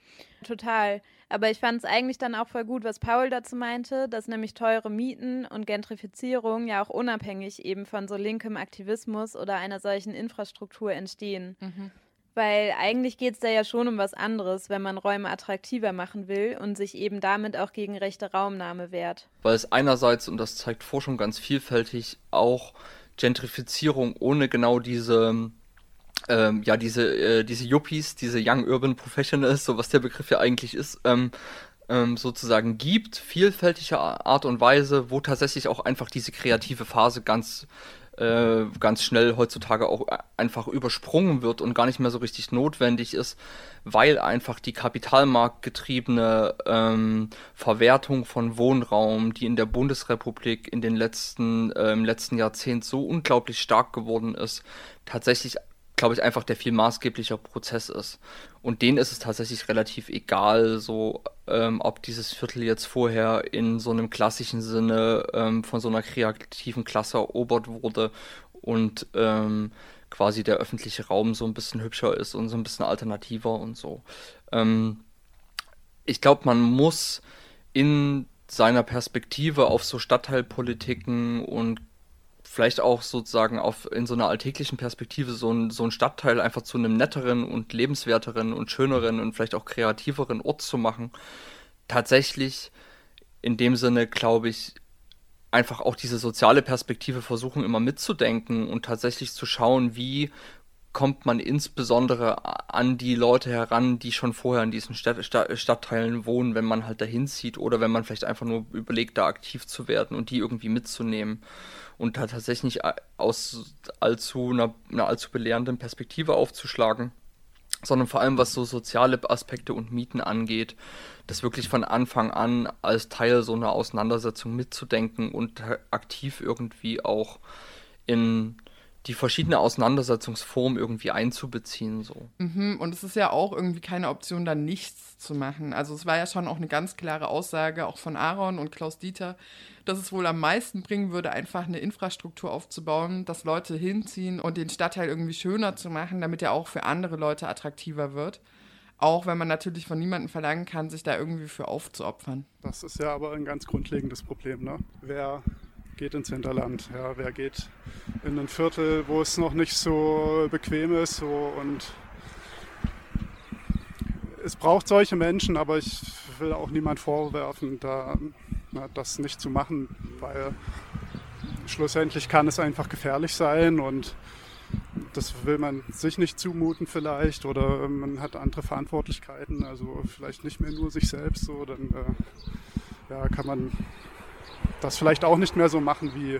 C: Total. Aber ich fand es eigentlich dann auch voll gut, was Paul dazu meinte, dass nämlich teure Mieten und Gentrifizierung ja auch unabhängig eben von so linkem Aktivismus oder einer solchen Infrastruktur entstehen. Mhm. Weil eigentlich geht es da ja schon um was anderes, wenn man Räume attraktiver machen will und sich eben damit auch gegen rechte Raumnahme wehrt.
B: Weil es einerseits, und das zeigt Forschung ganz vielfältig, auch Gentrifizierung ohne genau diese ähm, ja, diese, äh, diese Yuppies, diese Young Urban Professionals, so was der Begriff ja eigentlich ist, ähm, ähm, sozusagen gibt, vielfältiger Art und Weise, wo tatsächlich auch einfach diese kreative Phase ganz, äh, ganz schnell heutzutage auch einfach übersprungen wird und gar nicht mehr so richtig notwendig ist, weil einfach die kapitalmarktgetriebene ähm, Verwertung von Wohnraum, die in der Bundesrepublik in den letzten, äh, im letzten Jahrzehnt so unglaublich stark geworden ist, tatsächlich, glaube ich, einfach der viel maßgeblicher Prozess ist. Und denen ist es tatsächlich relativ egal, so ähm, ob dieses Viertel jetzt vorher in so einem klassischen Sinne ähm, von so einer kreativen Klasse erobert wurde und ähm, quasi der öffentliche Raum so ein bisschen hübscher ist und so ein bisschen alternativer und so. Ähm, ich glaube, man muss in seiner Perspektive auf so Stadtteilpolitiken und vielleicht auch sozusagen auf in so einer alltäglichen Perspektive so ein, so ein Stadtteil einfach zu einem netteren und lebenswerteren und schöneren und vielleicht auch kreativeren Ort zu machen. Tatsächlich in dem Sinne, glaube ich, einfach auch diese soziale Perspektive versuchen immer mitzudenken und tatsächlich zu schauen, wie kommt man insbesondere an die Leute heran, die schon vorher in diesen Stadt, Stadt, Stadtteilen wohnen, wenn man halt dahin zieht oder wenn man vielleicht einfach nur überlegt, da aktiv zu werden und die irgendwie mitzunehmen und da tatsächlich nicht aus allzu einer, einer allzu belehrenden Perspektive aufzuschlagen, sondern vor allem was so soziale Aspekte und Mieten angeht, das wirklich von Anfang an als Teil so einer Auseinandersetzung mitzudenken und aktiv irgendwie auch in die verschiedene Auseinandersetzungsform irgendwie einzubeziehen. So.
D: Mhm, und es ist ja auch irgendwie keine Option, da nichts zu machen. Also es war ja schon auch eine ganz klare Aussage, auch von Aaron und Klaus Dieter, dass es wohl am meisten bringen würde, einfach eine Infrastruktur aufzubauen, dass Leute hinziehen und den Stadtteil irgendwie schöner zu machen, damit er auch für andere Leute attraktiver wird. Auch wenn man natürlich von niemandem verlangen kann, sich da irgendwie für aufzuopfern.
G: Das ist ja aber ein ganz grundlegendes Problem, ne? Wer geht ins Hinterland, ja, wer geht in ein Viertel, wo es noch nicht so bequem ist, so, und es braucht solche Menschen, aber ich will auch niemand vorwerfen, da na, das nicht zu machen, weil schlussendlich kann es einfach gefährlich sein und das will man sich nicht zumuten vielleicht oder man hat andere Verantwortlichkeiten, also vielleicht nicht mehr nur sich selbst, so, dann äh, ja, kann man das vielleicht auch nicht mehr so machen wie,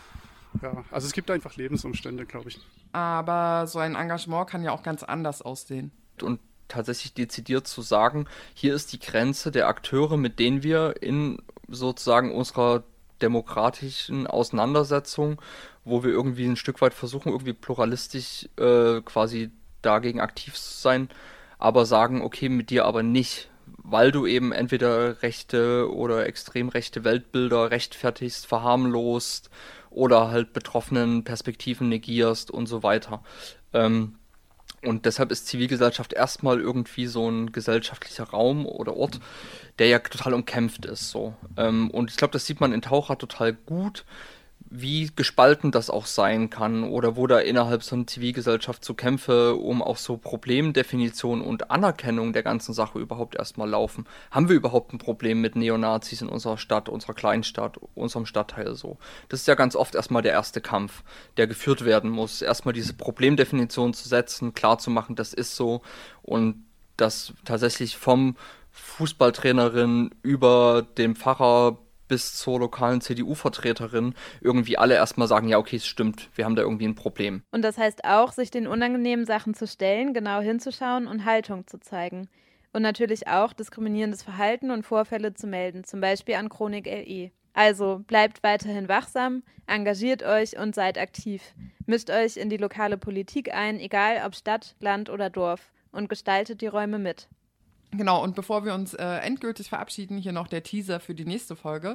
G: ja, also es gibt einfach Lebensumstände, glaube ich.
D: Aber so ein Engagement kann ja auch ganz anders aussehen.
B: Und tatsächlich dezidiert zu sagen, hier ist die Grenze der Akteure, mit denen wir in sozusagen unserer demokratischen Auseinandersetzung, wo wir irgendwie ein Stück weit versuchen, irgendwie pluralistisch äh, quasi dagegen aktiv zu sein, aber sagen, okay, mit dir aber nicht, weil du eben entweder rechte oder extrem rechte Weltbilder rechtfertigst, verharmlost oder halt betroffenen Perspektiven negierst und so weiter. Ähm, und deshalb ist Zivilgesellschaft erstmal irgendwie so ein gesellschaftlicher Raum oder Ort, der ja total umkämpft ist. So. Ähm, und ich glaube, das sieht man in Taucher total gut, wie gespalten das auch sein kann oder wo da innerhalb so einer Zivilgesellschaft so Kämpfe um auch so Problemdefinition und Anerkennung der ganzen Sache überhaupt erstmal laufen. Haben wir überhaupt ein Problem mit Neonazis in unserer Stadt, unserer Kleinstadt, unserem Stadtteil so? Das ist ja ganz oft erstmal der erste Kampf, der geführt werden muss. Erstmal diese Problemdefinition zu setzen, klarzumachen, das ist so und das tatsächlich vom Fußballtrainerin über den Pfarrer bis zur lokalen C D U-Vertreterin irgendwie alle erstmal sagen, ja okay, es stimmt, wir haben da irgendwie ein Problem.
C: Und das heißt auch, sich den unangenehmen Sachen zu stellen, genau hinzuschauen und Haltung zu zeigen. Und natürlich auch diskriminierendes Verhalten und Vorfälle zu melden, zum Beispiel an Chronik L E. Also bleibt weiterhin wachsam, engagiert euch und seid aktiv. Mischt euch in die lokale Politik ein, egal ob Stadt, Land oder Dorf, und gestaltet die Räume mit.
D: Genau, und bevor wir uns äh, endgültig verabschieden, hier noch der Teaser für die nächste Folge.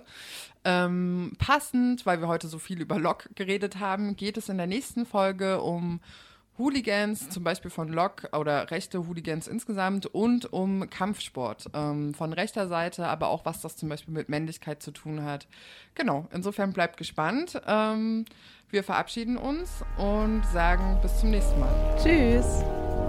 D: Ähm, passend, weil wir heute so viel über Lok geredet haben, geht es in der nächsten Folge um Hooligans, zum Beispiel von Lok oder rechte Hooligans insgesamt und um Kampfsport ähm, von rechter Seite, aber auch was das zum Beispiel mit Männlichkeit zu tun hat. Genau, insofern bleibt gespannt. Ähm, wir verabschieden uns und sagen bis zum nächsten Mal.
C: Tschüss!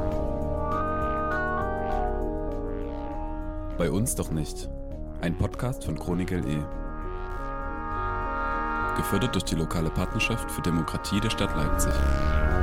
A: Bei uns doch nicht. Ein Podcast von Chronik L E. Gefördert durch die lokale Partnerschaft für Demokratie der Stadt Leipzig.